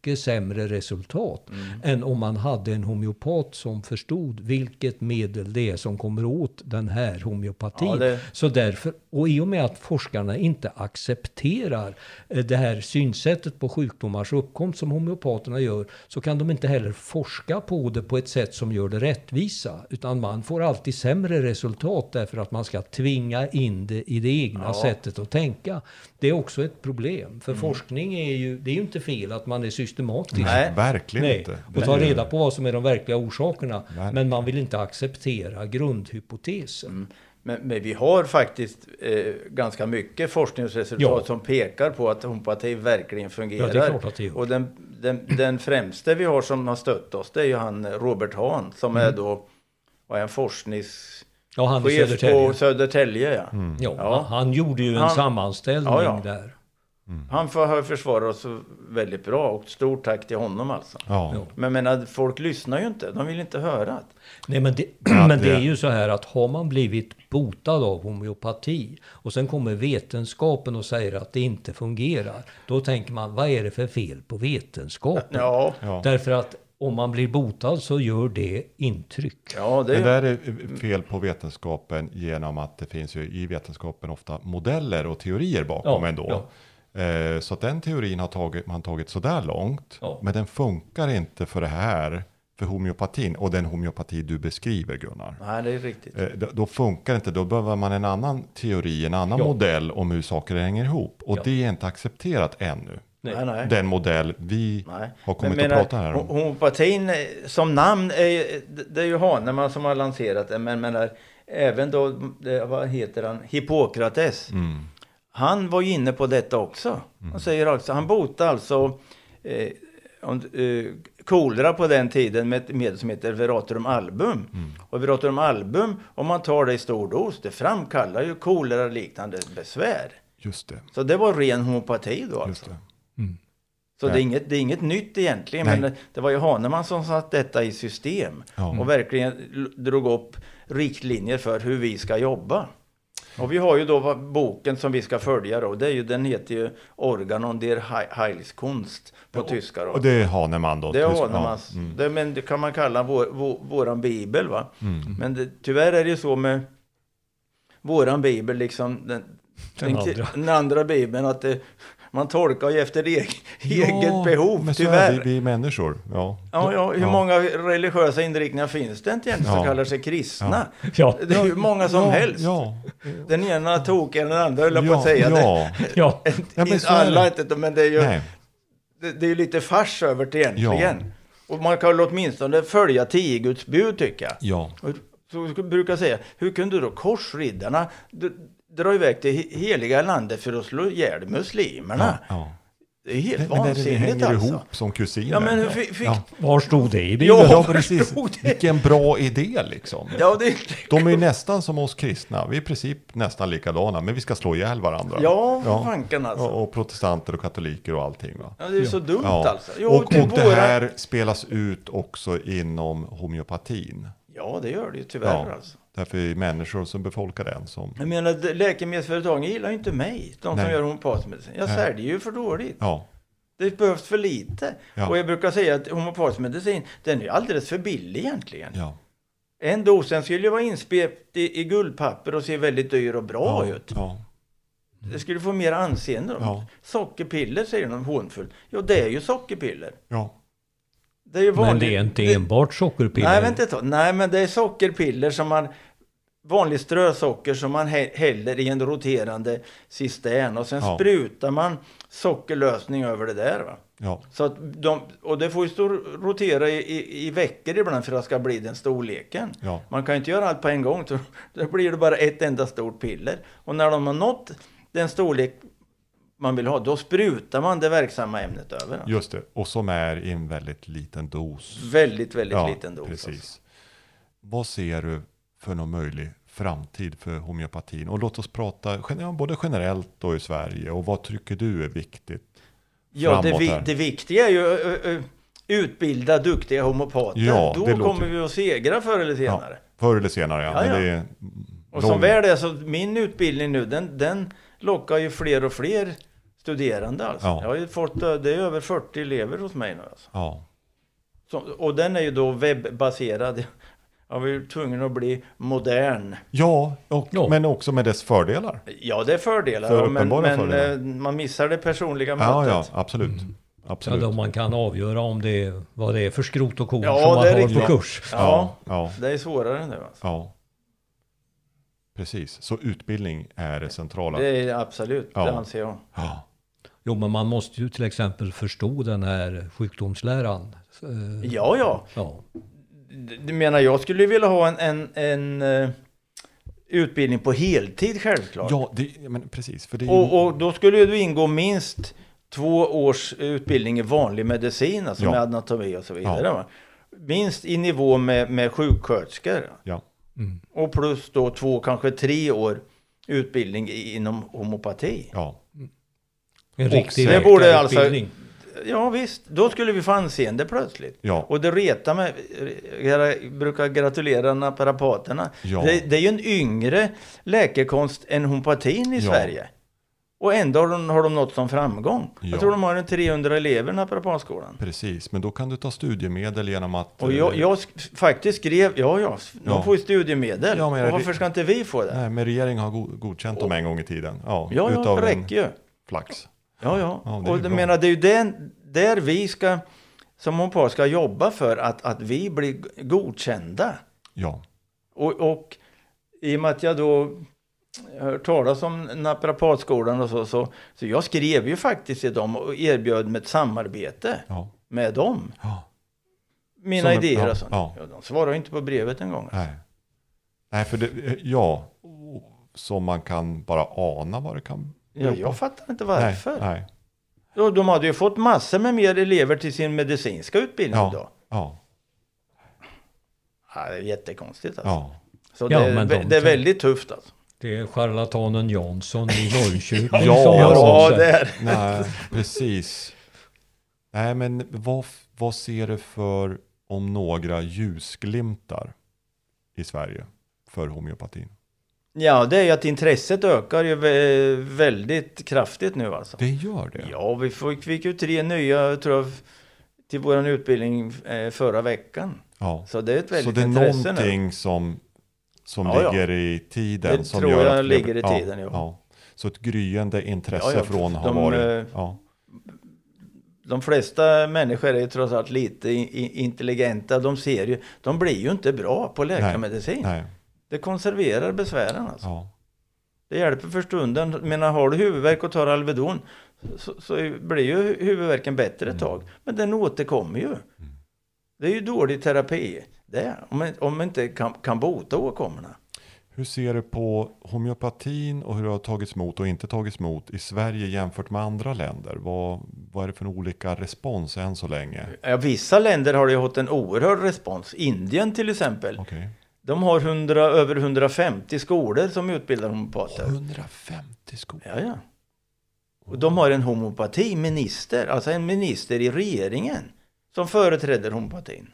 mycket sämre resultat än om man hade en homeopat som förstod vilket medel det är som kommer åt den här homeopatin. Ja, Så därför, och i och med att forskarna inte accepterar det här synsättet på sjukdomars uppkomst som homeopaterna gör, så kan de inte heller forska på det på ett sätt som gör det rättvisa, utan man får alltid sämre resultat därför att man ska tvinga in det i det egna sättet att tänka. Det är också ett problem, för forskning är ju, det är ju inte fel att man är systematisk. Nej, verkligen inte. Och ta reda på vad som är de verkliga orsakerna, men man vill inte acceptera grundhypotesen. Men vi har faktiskt ganska mycket forskningsresultat som pekar på att homeopati verkligen fungerar. Ja, det är klart att det gör. Och den främste vi har som har stött oss, det är ju han Robert Hahn, som är då var en han i chef på Södertälje. Han gjorde ju en sammanställning där. Han har försvarat oss väldigt bra, och stort tack till honom alltså. Men jag menar, folk lyssnar ju inte, de vill inte höra. Nej, men det är ju så här att har man blivit botad av homeopati och sen kommer vetenskapen och säger att det inte fungerar, då tänker man, vad är det för fel på vetenskapen? Därför att om man blir botad så gör det intryck. Det där är fel på vetenskapen genom att det finns ju i vetenskapen ofta modeller och teorier bakom ändå. Så att den teorin har man tagit så där långt. Men den funkar inte för det här, för homeopatin och den homeopati du beskriver, Gunnar. Nej, det är riktigt. Då funkar inte, då behöver man en annan teori, en annan modell om hur saker hänger ihop. Och det är inte accepterat ännu. Nej. Den modell vi har kommit att prata här om. Homeopatin som namn, det är ju Hahnemann som har lanserat det. Men även då, vad heter han? Hippokrates. Han var ju inne på detta också. Han säger alltså, han botade alltså kolera på den tiden med ett medel som heter Veratrum album. Och Veratrum album, om man tar det i stor dos, det framkallar ju kolera liknande besvär. Just det. Så det var ren homeopati då alltså. Så det är inget nytt egentligen, men det var ju Hahnemann som satt detta i system och verkligen drog upp riktlinjer för hur vi ska jobba. Och vi har ju då boken som vi ska följa då, den heter ju Organon der Heilskunst på tyska då. Och det är Hahnemann då? Det är Hahnemanns, men det kan man kalla våran bibel va. Men tyvärr är det ju så med våran bibel, liksom den andra bibeln, att man tolkar ju efter eget behov, men tyvärr. Vi är människor. Hur många religiösa inriktningar finns det inte egentligen som kallar sig kristna? Det är ju många som helst. Den ena tog den andra, höll på att säga det. Alla inte, men det är ju det är lite fars över det egentligen. Och man kan väl åtminstone följa 10 Guds bud, tycker jag. Så brukar jag säga, hur kunde då korsriddarna dra iväg till heliga landet för att slå ihjäl muslimerna? Det är helt vansinnigt det hänger alltså. ihop som kusiner. Ja, men var stod det i Bibeln? Ja, precis. Vilken bra idé liksom. De är ju nästan som oss kristna. Vi är i princip nästan likadana, men vi ska slå ihjäl varandra. Fanken alltså. Och protestanter och katoliker och allting, va? Ja, det är så dumt alltså. Och det här spelas ut också inom homeopatin. Ja, det gör det ju tyvärr alltså. Därför är människor som befolkar den som... Jag menar, läkemedelsföretagen gillar ju inte mig. De som gör homeopatmedicin. Jag säljer ju för dåligt. Det behövs för lite. Och jag brukar säga att homeopatmedicin, den är alldeles för billig egentligen. En dosen skulle ju vara inspept i guldpapper och se väldigt dyr och bra ut. Det skulle få mer anseende. Sockerpiller, säger de hånfullt. Ja, det är ju sockerpiller. Det är ju vanligt. Men det är inte enbart sockerpiller. Nej, men det är sockerpiller som man... Vanlig strösocker som man häller i en roterande cistern. Och sen sprutar man sockerlösning över det där, va? Så att och det får ju rotera i veckor ibland för att det ska bli den storleken. Man kan ju inte göra allt på en gång. Så då blir det bara ett enda stort piller. Och när de har nått den storlek man vill ha, då sprutar man det verksamma ämnet över. Just det, och som är i en väldigt liten dos. Väldigt liten dos. Precis. Alltså. Vad ser du för någon möjlig framtid för homeopatin? Och låt oss prata både generellt och i Sverige. Och vad tycker du är viktigt? Det viktiga är ju utbilda duktiga homeopater. Då kommer vi att segra förr eller senare. Förr eller senare, och som väl är så min utbildning nu, den lockar ju fler och fler studerande alltså. Ja. Jag har ju fått, det är över 40 elever hos mig nu alltså. Ja. Och den är ju då webbaserad. Jag var ju tvungen att bli modern. Ja, Ja. men också med dess fördelar. Ja, det är fördelar. För men uppenbara fördelar. Man missar det personliga Ja, mötet. ja, absolut. Ja, Absolut. då man kan avgöra om vad det är för skrot och korn Ja, som man det är har riktigt. på kurs. Ja, Ja. det är svårare nu alltså. Ja. Precis, så utbildning är det centrala. Det är absolut, Ja. det anser jag. Ja. Jo, men man måste ju till exempel förstå den här sjukdomsläran. Ja. Ja. Du menar, jag skulle vilja ha en utbildning på heltid självklart. Ja, men precis. För det är ju... Och då skulle du ingå minst 2 års utbildning i vanlig medicin, alltså Ja. med anatomi och så vidare. Ja. Va? Minst i nivå med sjuksköterskor. Ja. Och plus då 2, kanske 3 år utbildning inom homopati. Ja. En riktig det borde alltså- läkarutbildning. Ja visst, då skulle vi få anseende plötsligt. Ja. Och det retar mig, jag brukar gratulera naprapaterna. Ja. Det är ju en yngre läkekonst än homopatin i Ja. Sverige. Och ändå har de nått som framgång. Ja. Jag tror de har en 300 elever i naprapatskolan. Precis, men då kan du ta studiemedel genom att... Och jag faktiskt skrev, de Ja. får ju studiemedel. Ja, men och varför ska inte vi få det? Nej, men regeringen har godkänt dem en gång i tiden. Ja, Ja, utav det en räcker ju. flax. Ja. Ja, det är Och ju jag bra. menar, det är ju där vi ska, som homopat ska jobba för att vi blir godkända. Ja. Och i och med att jag då hört talas om naprapatskolan och så jag skrev ju faktiskt till dem och erbjöd mig ett samarbete Ja. med dem. Ja. Mina Som en- idéer ja, och sånt. ja. Ja, de svarade inte på brevet en gång. Nej. Nej, för det... Ja. Som man kan bara ana vad det kan... Ja, jag fattar inte varför. Nej. De hade ju fått massor med mer elever till sin medicinska utbildning Ja. då. Ja. Ja, det är jättekonstigt alltså. Ja. Så Ja, det, men det är väldigt tufft alltså. Det är charlatanen Jansson i Norrköping Ja, som hör av sig. det är Nej, precis. Nej, men vad ser du för om några ljusglimtar i Sverige för homeopatin? Ja, det är ju att intresset ökar ju väldigt kraftigt nu alltså. Det gör det? Ja, vi fick ju 3 nya, tror jag, till vår utbildning förra veckan. Ja. Så det är ett Så väldigt det är intresse någonting nu. som Ja, ligger i tiden. Det som tror gör jag att ligger i tiden, ja. Så ett gryende intresse Ja, från har varit... Ja. De flesta människor är ju trots allt lite intelligenta. De blir ju inte bra på läkarmedicin. Nej. Det konserverar besvären alltså. Ja. Det hjälper för stunden. Men har du huvudvärk och tar Alvedon så blir ju huvudvärken bättre ett tag. Men den återkommer ju. Det är ju dålig terapi. Det, om man inte kan bota åkommorna. Hur ser du på homeopatin och hur det har tagits emot och inte tagits emot i Sverige jämfört med andra länder? Vad är det för olika respons än så länge? Ja, vissa länder har ju fått en oerhörd respons. Indien till exempel. Okej. De har över 150 skolor som utbildar homopater. 150 skolor? Ja. Och de har en homopatiminister, alltså en minister i regeringen som företräder homopatin.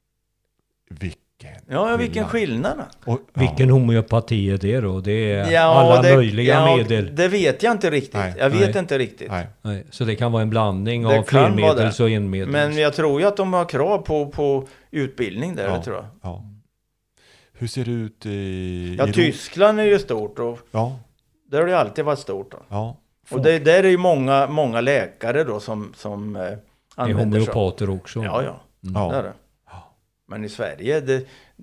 Vilken skillnad. Vilken homeopati är det då? Det är möjliga medel. Det vet jag inte riktigt. Nej. Jag vet inte riktigt. Nej, så det kan vara en blandning Det av kan vara flermedels och enmedels. Men jag tror ju att de har krav på utbildning där, det tror jag. Ja. Hur ser det ut i... Ja, Tyskland är ju stort och Ja. där har det alltid varit stort. Då. Ja. Och där är ju många läkare då som det är använder sig. homeopater också. Ja. Ja. Det är det. Men i Sverige, det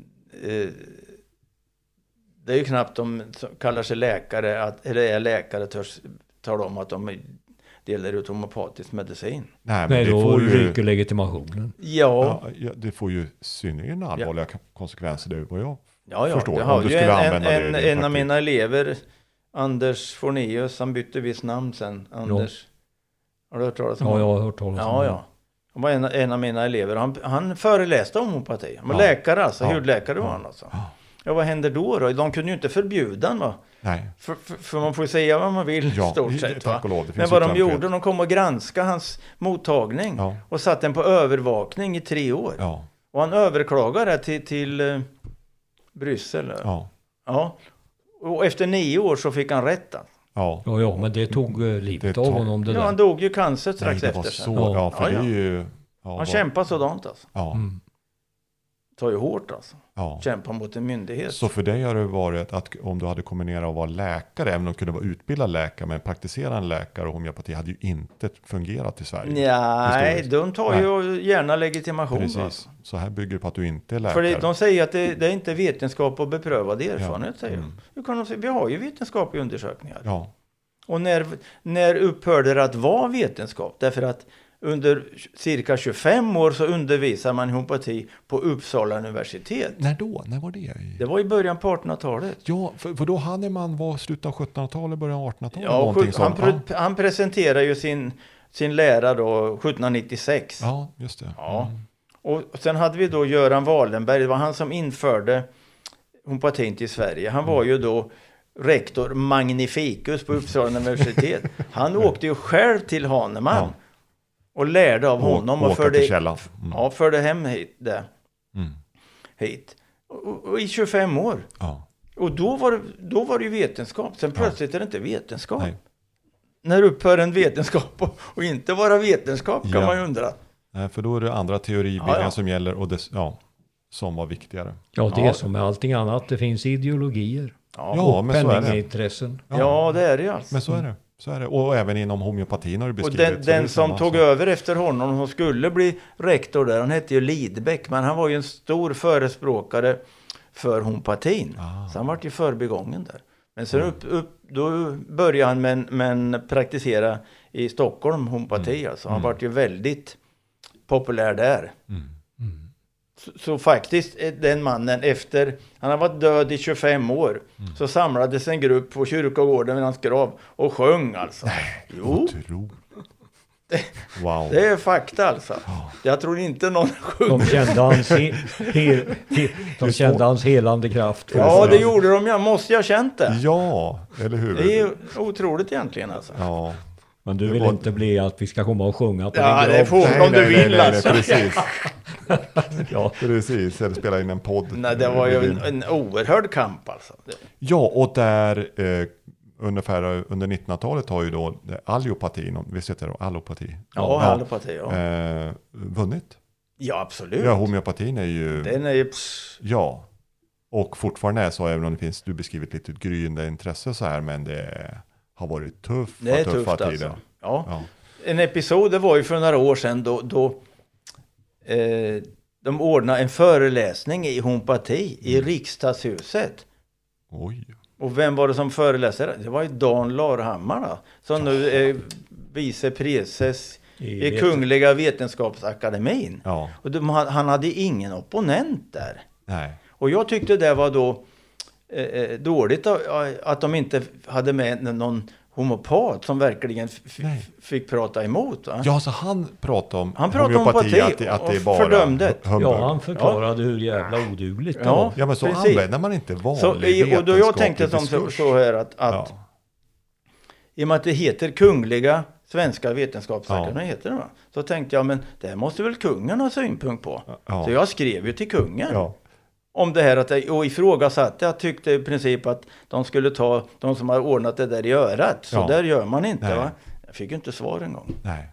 är ju knappt de som kallar sig läkare, eller är läkare, törs tala om att de delar ut homopatisk medicin. Nej, men Nej, det då får ju... ryker legitimationen. Ja, det får ju synnerligen allvarliga konsekvenser, det vad jag ja. förstår. Jag om har du ju skulle använda det i din en av praktik. mina elever, Anders Forneus, han bytte visst namn sen. Anders, har du hört talas om Ja, honom? jag har hört talas om det. Ja. Han var en av mina elever. Han föreläste om homopati. Han var Ja. läkare alltså, Ja. hudläkare var han alltså. Ja, vad händer då? De kunde ju inte förbjuda honom, va? Nej. För man får ju säga vad man vill, Ja, stort sett. tack och lov. Det finns Men vad de yttrandefrihet. gjorde, de kom och granskade hans mottagning. Ja. Och satt den på övervakning i 3 år. Ja. Och han överklagade till Bryssel. Ja. Ja. Och efter 9 år så fick han rätt. Ja, men det tog livet av honom det där. Han dog ju cancer strax det var efter. så. Ja, för det är ju... Ja, han kämpar sådant alltså. Ja. Tar ju hårt alltså. Ja. Kämpa mot en myndighet. Så för dig har det varit att om du hade kombinerat att vara läkare, även om du kunde vara utbildad läkare, men praktiserande läkare och homeopati hade ju inte fungerat i Sverige. Nej, de tar ju gärna legitimation. Precis, alltså. Så här bygger på att du inte är läkare. För de säger att det är inte vetenskap och beprövad erfarenhet, säger de. Hur kan de säga? Vi har ju vetenskapliga undersökningar. Ja. Och när upphörde det att vara vetenskap? Därför att under cirka 25 år så undervisar man homeopati på Uppsala universitet. När då? När var det? Det var i början på 1800-talet. Ja, för då hade man var slutet av 1700-talet, början av 1800-talet. Ja, han presenterar ju sin lära då 1796. Ja, just det. Ja. Och sen hade vi då Göran Wallenberg, det var han som införde homeopatin till Sverige. Han var ju då rektor magnificus på Uppsala universitet. Han åkte ju själv till Haneman och lärde av honom och förde hem hit det. Hit. Och i 25 år. Ja. Och då var det ju vetenskap. Sen plötsligt är det inte vetenskap. Nej. När upphör en vetenskap och inte vara vetenskap kan man ju undra. Nej, för då är det andra teoribildningar som gäller och som var viktigare. Ja, det är som med allting annat. Det finns ideologier. Ja, men så är det. Penningintressen. Ja, det är det alltså. Men så är det. Så är det. Och även inom homeopatin har det beskrivit. Och den som tog över efter honom som skulle bli rektor där, han hette ju Lidbeck, men han var ju en stor förespråkare för homeopatin. Så han var ju förbigången där. Men sen då började han men praktisera i Stockholm homeopati. Alltså. Han var ju väldigt populär där. Så faktiskt den mannen han har varit död i 25 år, så samlades en grupp på kyrkogården vid hans grav och sjöng alltså. Jo. Wow. Det är fakta alltså. Jag tror inte någon sjöng. De kände hans helande kraft. Ja, det gjorde de. Jag måste ha känt det. Ja, eller hur? Det är otroligt egentligen alltså. Ja. Men du vill inte bli att vi ska komma och sjunga på din grav? det får om du vill alltså. Precis. Precis, eller spela in en podd. Nej, det var ju en oerhörd kamp alltså. Ja, och där ungefär under 1900-talet har ju då allopatin, visst heter det allopati? Ja, allopati, vunnit. Ja, absolut. Ja, homeopatin är ju... Den är ju... Ja, och fortfarande är så, även om det finns, du beskrivit lite gryende intresse så här, men det har varit tuffa tider. Alltså. Ja. En episod, det var ju för några år sedan då de ordnade en föreläsning i homeopati i Riksdagshuset. Oj. Och vem var det som föreläste? Det var ju Dan Larhammar då, som nu är vicepreses i Kungliga Vetenskapsakademin. Ja. Och han hade ingen opponent där. Nej. Och jag tyckte det var då dåligt att de inte hade med någon homeopat som verkligen fick prata emot. Va? Ja, så han pratade om homeopati att det är bara fördömde. Ja, han förklarade hur jävla odugligt det var. Ja, men så använder man inte vanlig vetenskap. Och då jag tänkte så här att i och med att det heter Kungliga Svenska Vetenskapsakademin heter det, va? Så tänkte jag, men det här måste väl kungen ha synpunkt på. Ja. Så jag skrev ju till kungen. Ja. Om det här och ifrågasatte, jag tyckte i princip att de skulle ta de som har ordnat det där i örat. Så där gör man inte. Va? Jag fick ju inte svar en gång. Nej.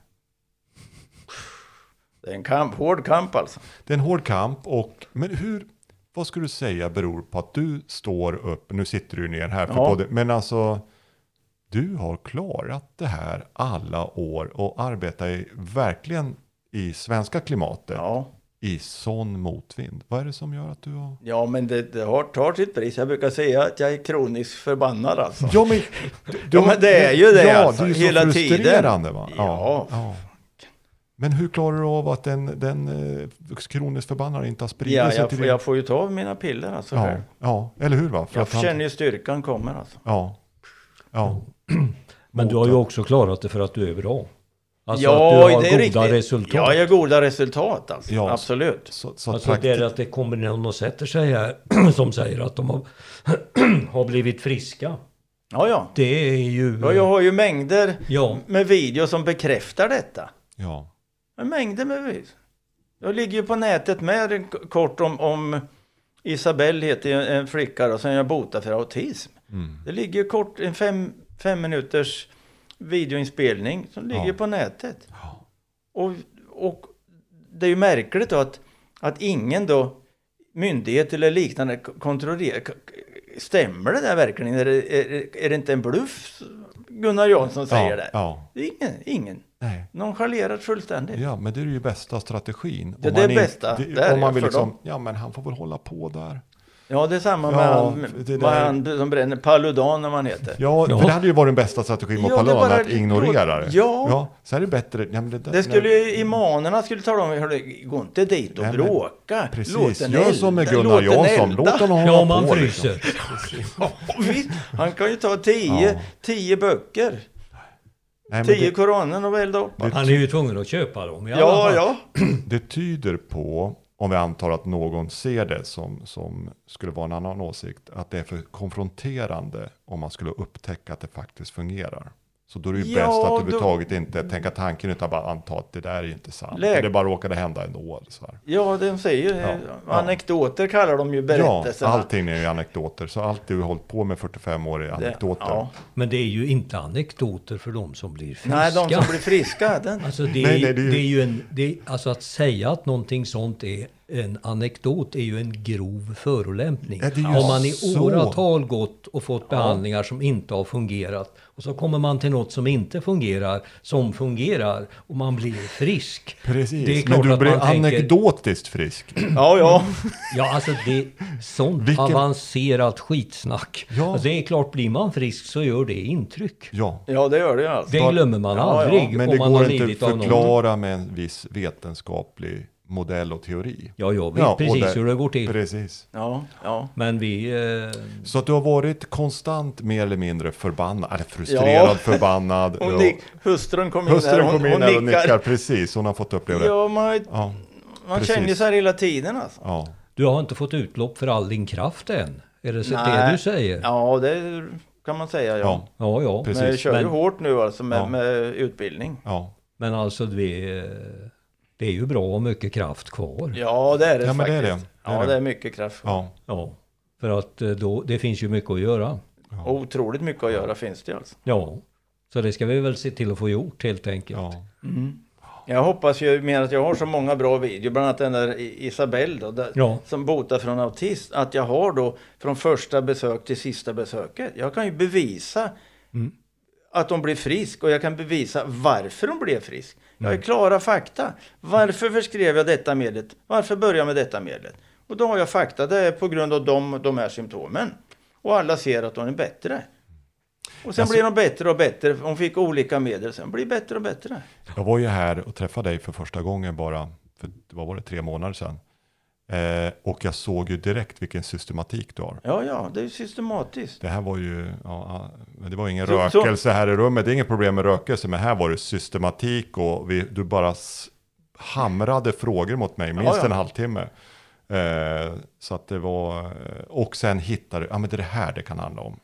Det är en hård kamp alltså. Det är en hård kamp, men vad skulle du säga beror på att du står upp, nu sitter du ner här för både, men alltså du har klarat det här alla år och arbetar verkligen i svenska klimatet. Ja. I sån motvind. Vad är det som gör att du har... Ja, men det tar sitt pris. Jag brukar säga att jag är kroniskt förbannad alltså. Ja, men, men det är ju det alltså, det är hela frustrerande, tiden. Va? Ja. Men hur klarar du av att den kroniskt förbannad inte har spridit sig till dig? Jag får ju ta mina piller alltså. Ja, eller hur va? Jag känner ju styrkan kommer alltså. Ja. Men du har ju också klarat det för att du är bra. Alltså att du har goda resultat. Ja, jag har goda resultat alltså. Ja, absolut. Så alltså det är att det kommer någon och sätter sig här som säger att de har blivit friska. Ja. Det är ju... Ja, jag har ju mängder med videor som bekräftar detta. Ja. Mängder med videor. Jag ligger ju på nätet med kort om Isabelle heter en flicka och sen jag botar för autism. Det ligger kort en 5 minuters videoinspelning som ligger på nätet. Ja. Och det är ju märkligt då att ingen då, myndighet eller liknande, kontrollerar. Stämmer det där verkligen? Är det inte en bluff, Gunnar Jansson säger det? Ja. Det är ingen. Nej. Nonchalerat fullständigt. Ja, men det är ju bästa strategin. Ja, det är bästa. Om man vill liksom, ja men han får väl hålla på där. Ja, det är samma med han som bränner Paludan när man heter. Ja, för det hade ju varit den bästa strategin mot Paludan, att ignorera det. Ja. Så är det bättre. Ja, men det skulle ju, imanerna skulle tala om, gå inte dit och bråka. Precis, gör som med Gunnar Jansson. Låt honom hålla om man på. fryser. Ja, visst. Han kan ju ta 10 böcker. Nej, 10 Koranen och välda upp. Han är ju tvungen att köpa dem i alla fall. Ja. Det tyder på, om vi antar att någon ser det som skulle vara en annan åsikt, att det är för konfronterande om man skulle upptäcka att det faktiskt fungerar. Så då är det ju bäst att överhuvudtaget inte tänka tanken utan bara anta att det där är inte sant. Det bara råkade hända ändå. Så här. Ja, de säger anekdoter kallar de ju berättelserna. Ja, allting är ju anekdoter. Så allt du har hållit på med 45 år är anekdoter. Ja. Men det är ju inte anekdoter för de som blir friska. Nej, de som blir friska. Alltså det är ju alltså att säga att någonting sånt är en anekdot är ju en grov förolämpning. Om man i åratal gått och fått behandlingar som inte har fungerat och så kommer man till något som inte fungerar, som fungerar och man blir frisk. Precis, det är klart men du att blir man anekdotiskt frisk. Ja. Ja, alltså det är sånt avancerat skitsnack. Ja. Alltså det är klart, blir man frisk så gör det intryck. Ja, det gör det alltså. Det glömmer man aldrig. Men det går inte att förklara med en viss vetenskaplig modell och teori. Jag vet precis hur det går till. Precis. Ja. Men Så att du har varit konstant mer eller mindre förbannad, eller frustrerad, förbannad. Hustrun kom in där och nickar. Precis, hon har fått uppleva det. Ja, man känner sig hela tiden alltså. Ja. Du har inte fått utlopp för all din kraft än. Är det du säger? Ja, det kan man säga, ja. Ja. Precis. Men jag kör ju hårt nu alltså med utbildning. Ja. Men alltså det är ju bra och mycket kraft kvar. Ja, det är det faktiskt. Men det är det är mycket kraft kvar. Ja, för att det finns ju mycket att göra. Ja. Otroligt mycket att göra finns det alltså. Ja, så det ska vi väl se till att få gjort helt enkelt. Ja. Mm. Jag hoppas ju med att jag har så många bra videor, bland annat den där Isabelle då, som botar från autism, att jag har då från första besök till sista besöket. Jag kan ju bevisa att de blir frisk och jag kan bevisa varför de blev frisk. Jag har klara fakta. Varför förskrev jag detta medlet? Varför började jag med detta medlet? Och då har jag fakta. Det är på grund av de här symptomen. Och alla ser att de är bättre. Och sen blir de bättre och bättre. De fick olika medel. Sen blir bättre och bättre. Jag var ju här och träffade dig för första gången bara. För vad var det, 3 månader sedan. Och jag såg ju direkt vilken systematik du har. Ja, det är ju systematiskt. Det här var ju, det var ingen rökelse här i rummet. Det är inget problem med rökelse, men här var det systematik och du bara hamrade frågor mot mig minst en halvtimme. Så att det var, och sen hittade du, men det är det här det kan handla om.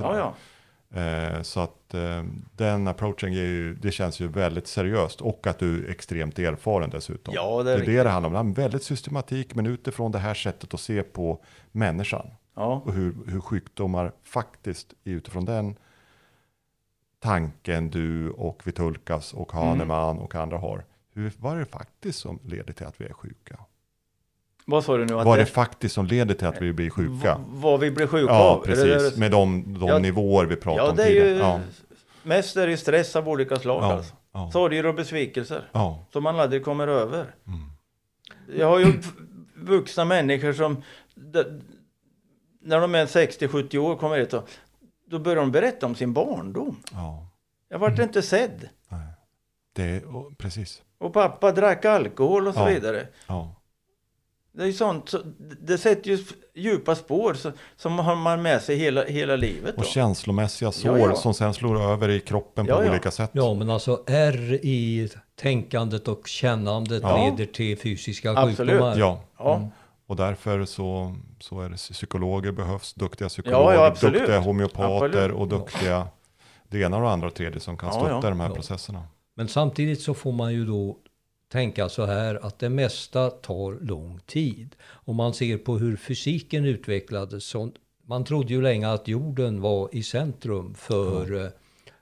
Så att den approachen det känns ju väldigt seriöst och att du är extremt erfaren dessutom. Ja, det är det handlar om. Det är väldigt systematik, men utifrån det här sättet att se på människan. Ja. Och hur sjukdomar faktiskt utifrån den tanken du och Vitulkas och Hahnemann och andra har. Vad är det faktiskt som leder till att vi är sjuka? Vad sa du nu? Vad är det faktiskt som leder till att vi blir sjuka? Vad vi blir sjuka av? Ja, precis. Med de nivåer vi pratar om tidigare. Mest är det stress av olika slag. Alltså. Sorger och besvikelser. Som man aldrig kommer över. Jag har ju vuxna människor som när de är 60-70 år kommer hit då börjar de berätta om sin barndom. Jag vart inte sedd. Nej. Precis. Och pappa drack alkohol och så vidare. Det är ju sånt, det sätter ju djupa spår som har man med sig hela livet. Då. Och känslomässiga sår som sen slår över i kroppen på olika sätt. Ja, men alltså i tänkandet och kännandet leder till fysiska sjukdomar. Ja. Och därför så är det psykologer behövs, duktiga psykologer, duktiga homeopater och duktiga det ena och andra och tredje som kan stötta de här processerna. Men samtidigt så får man ju då tänka så här att det mesta tar lång tid. Om man ser på hur fysiken utvecklades. Så man trodde ju länge att jorden var i centrum för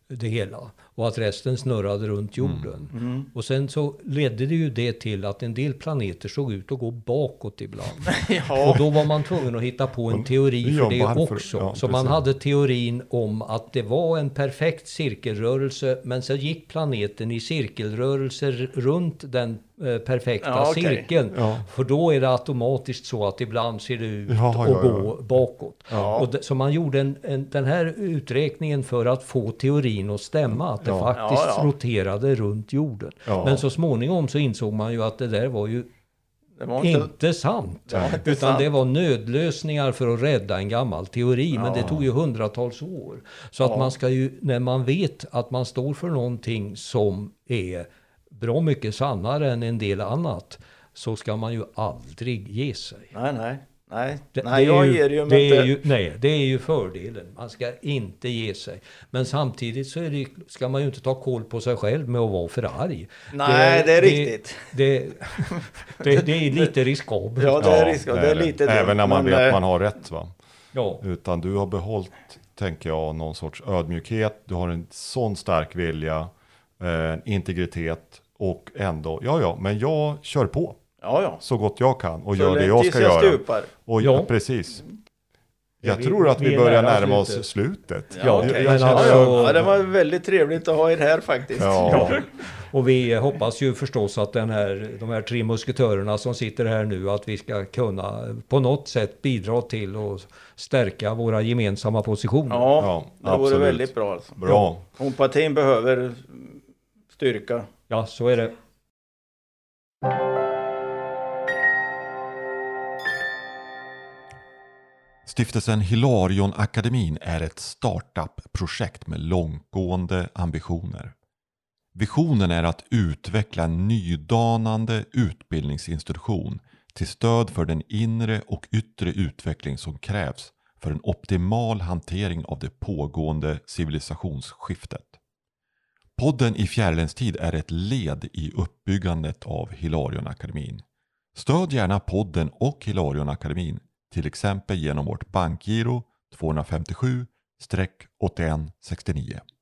det hela. Och att resten snurrade runt jorden. Och sen så ledde det ju det till att en del planeter såg ut att gå bakåt ibland. Ja. Och då var man tvungen att hitta på en teori för det varför? också. Ja, så man precis. hade teorin om att det var en perfekt cirkelrörelse, men så gick planeten i cirkelrörelser runt den perfekta Ja, okej. cirkeln. Ja. För då är det automatiskt så att ibland ser det ut Ja, att ja, gå bakåt. Ja. Och så man gjorde den här uträkningen för att få teorin att stämma, att det faktiskt Ja, ja. roterade runt jorden. Ja. Men så småningom så insåg man ju att det där var ju Det var inte sant. Det var inte Utan sant. det var nödlösningar för att rädda en gammal teori. Men det tog ju hundratals år. Så att man ska ju, när man vet att man står för någonting som är bra mycket sannare än en del annat, så ska man ju aldrig ge sig. Nej. Det Jag ger ju mig inte. Det är ju fördelen. Man ska inte ge sig. Men samtidigt så ska man ju inte ta koll på sig själv med att vara för arg. Nej, det är riktigt. Det är lite riskabelt. Ja, det är riskabelt. Det är lite Även dumt, när man men, vet man har rätt, va? Ja. Utan du har behållit, tänker jag, någon sorts ödmjukhet. Du har en sån stark vilja, integritet och ändå, men jag kör på Ja. så gott jag kan och Så gör det länge jag tills ska jag göra. stupar. Och Ja. precis. Ja, Jag vi- tror att vi vi är börjar nära närma slutet. oss slutet. Ja, okej. men Ja, alltså- det var väldigt trevligt att ha er här faktiskt. Ja. Och vi hoppas ju förstås att de här 3 musketörerna som sitter här nu, att vi ska kunna på något sätt bidra till att stärka våra gemensamma positioner. Ja, det vore absolut. väldigt bra. Alltså. Bra. Homeopatin behöver styrka. Ja, så är det. Stiftelsen Hilarion-akademin är ett startup-projekt med långtgående ambitioner. Visionen är att utveckla en nydanande utbildningsinstitution till stöd för den inre och yttre utveckling som krävs för en optimal hantering av det pågående civilisationsskiftet. Podden I fjärilens tid är ett led i uppbyggandet av Hilarion-akademin. Stöd gärna podden och Hilarion-akademin, till exempel genom vårt bankgiro 257-8169.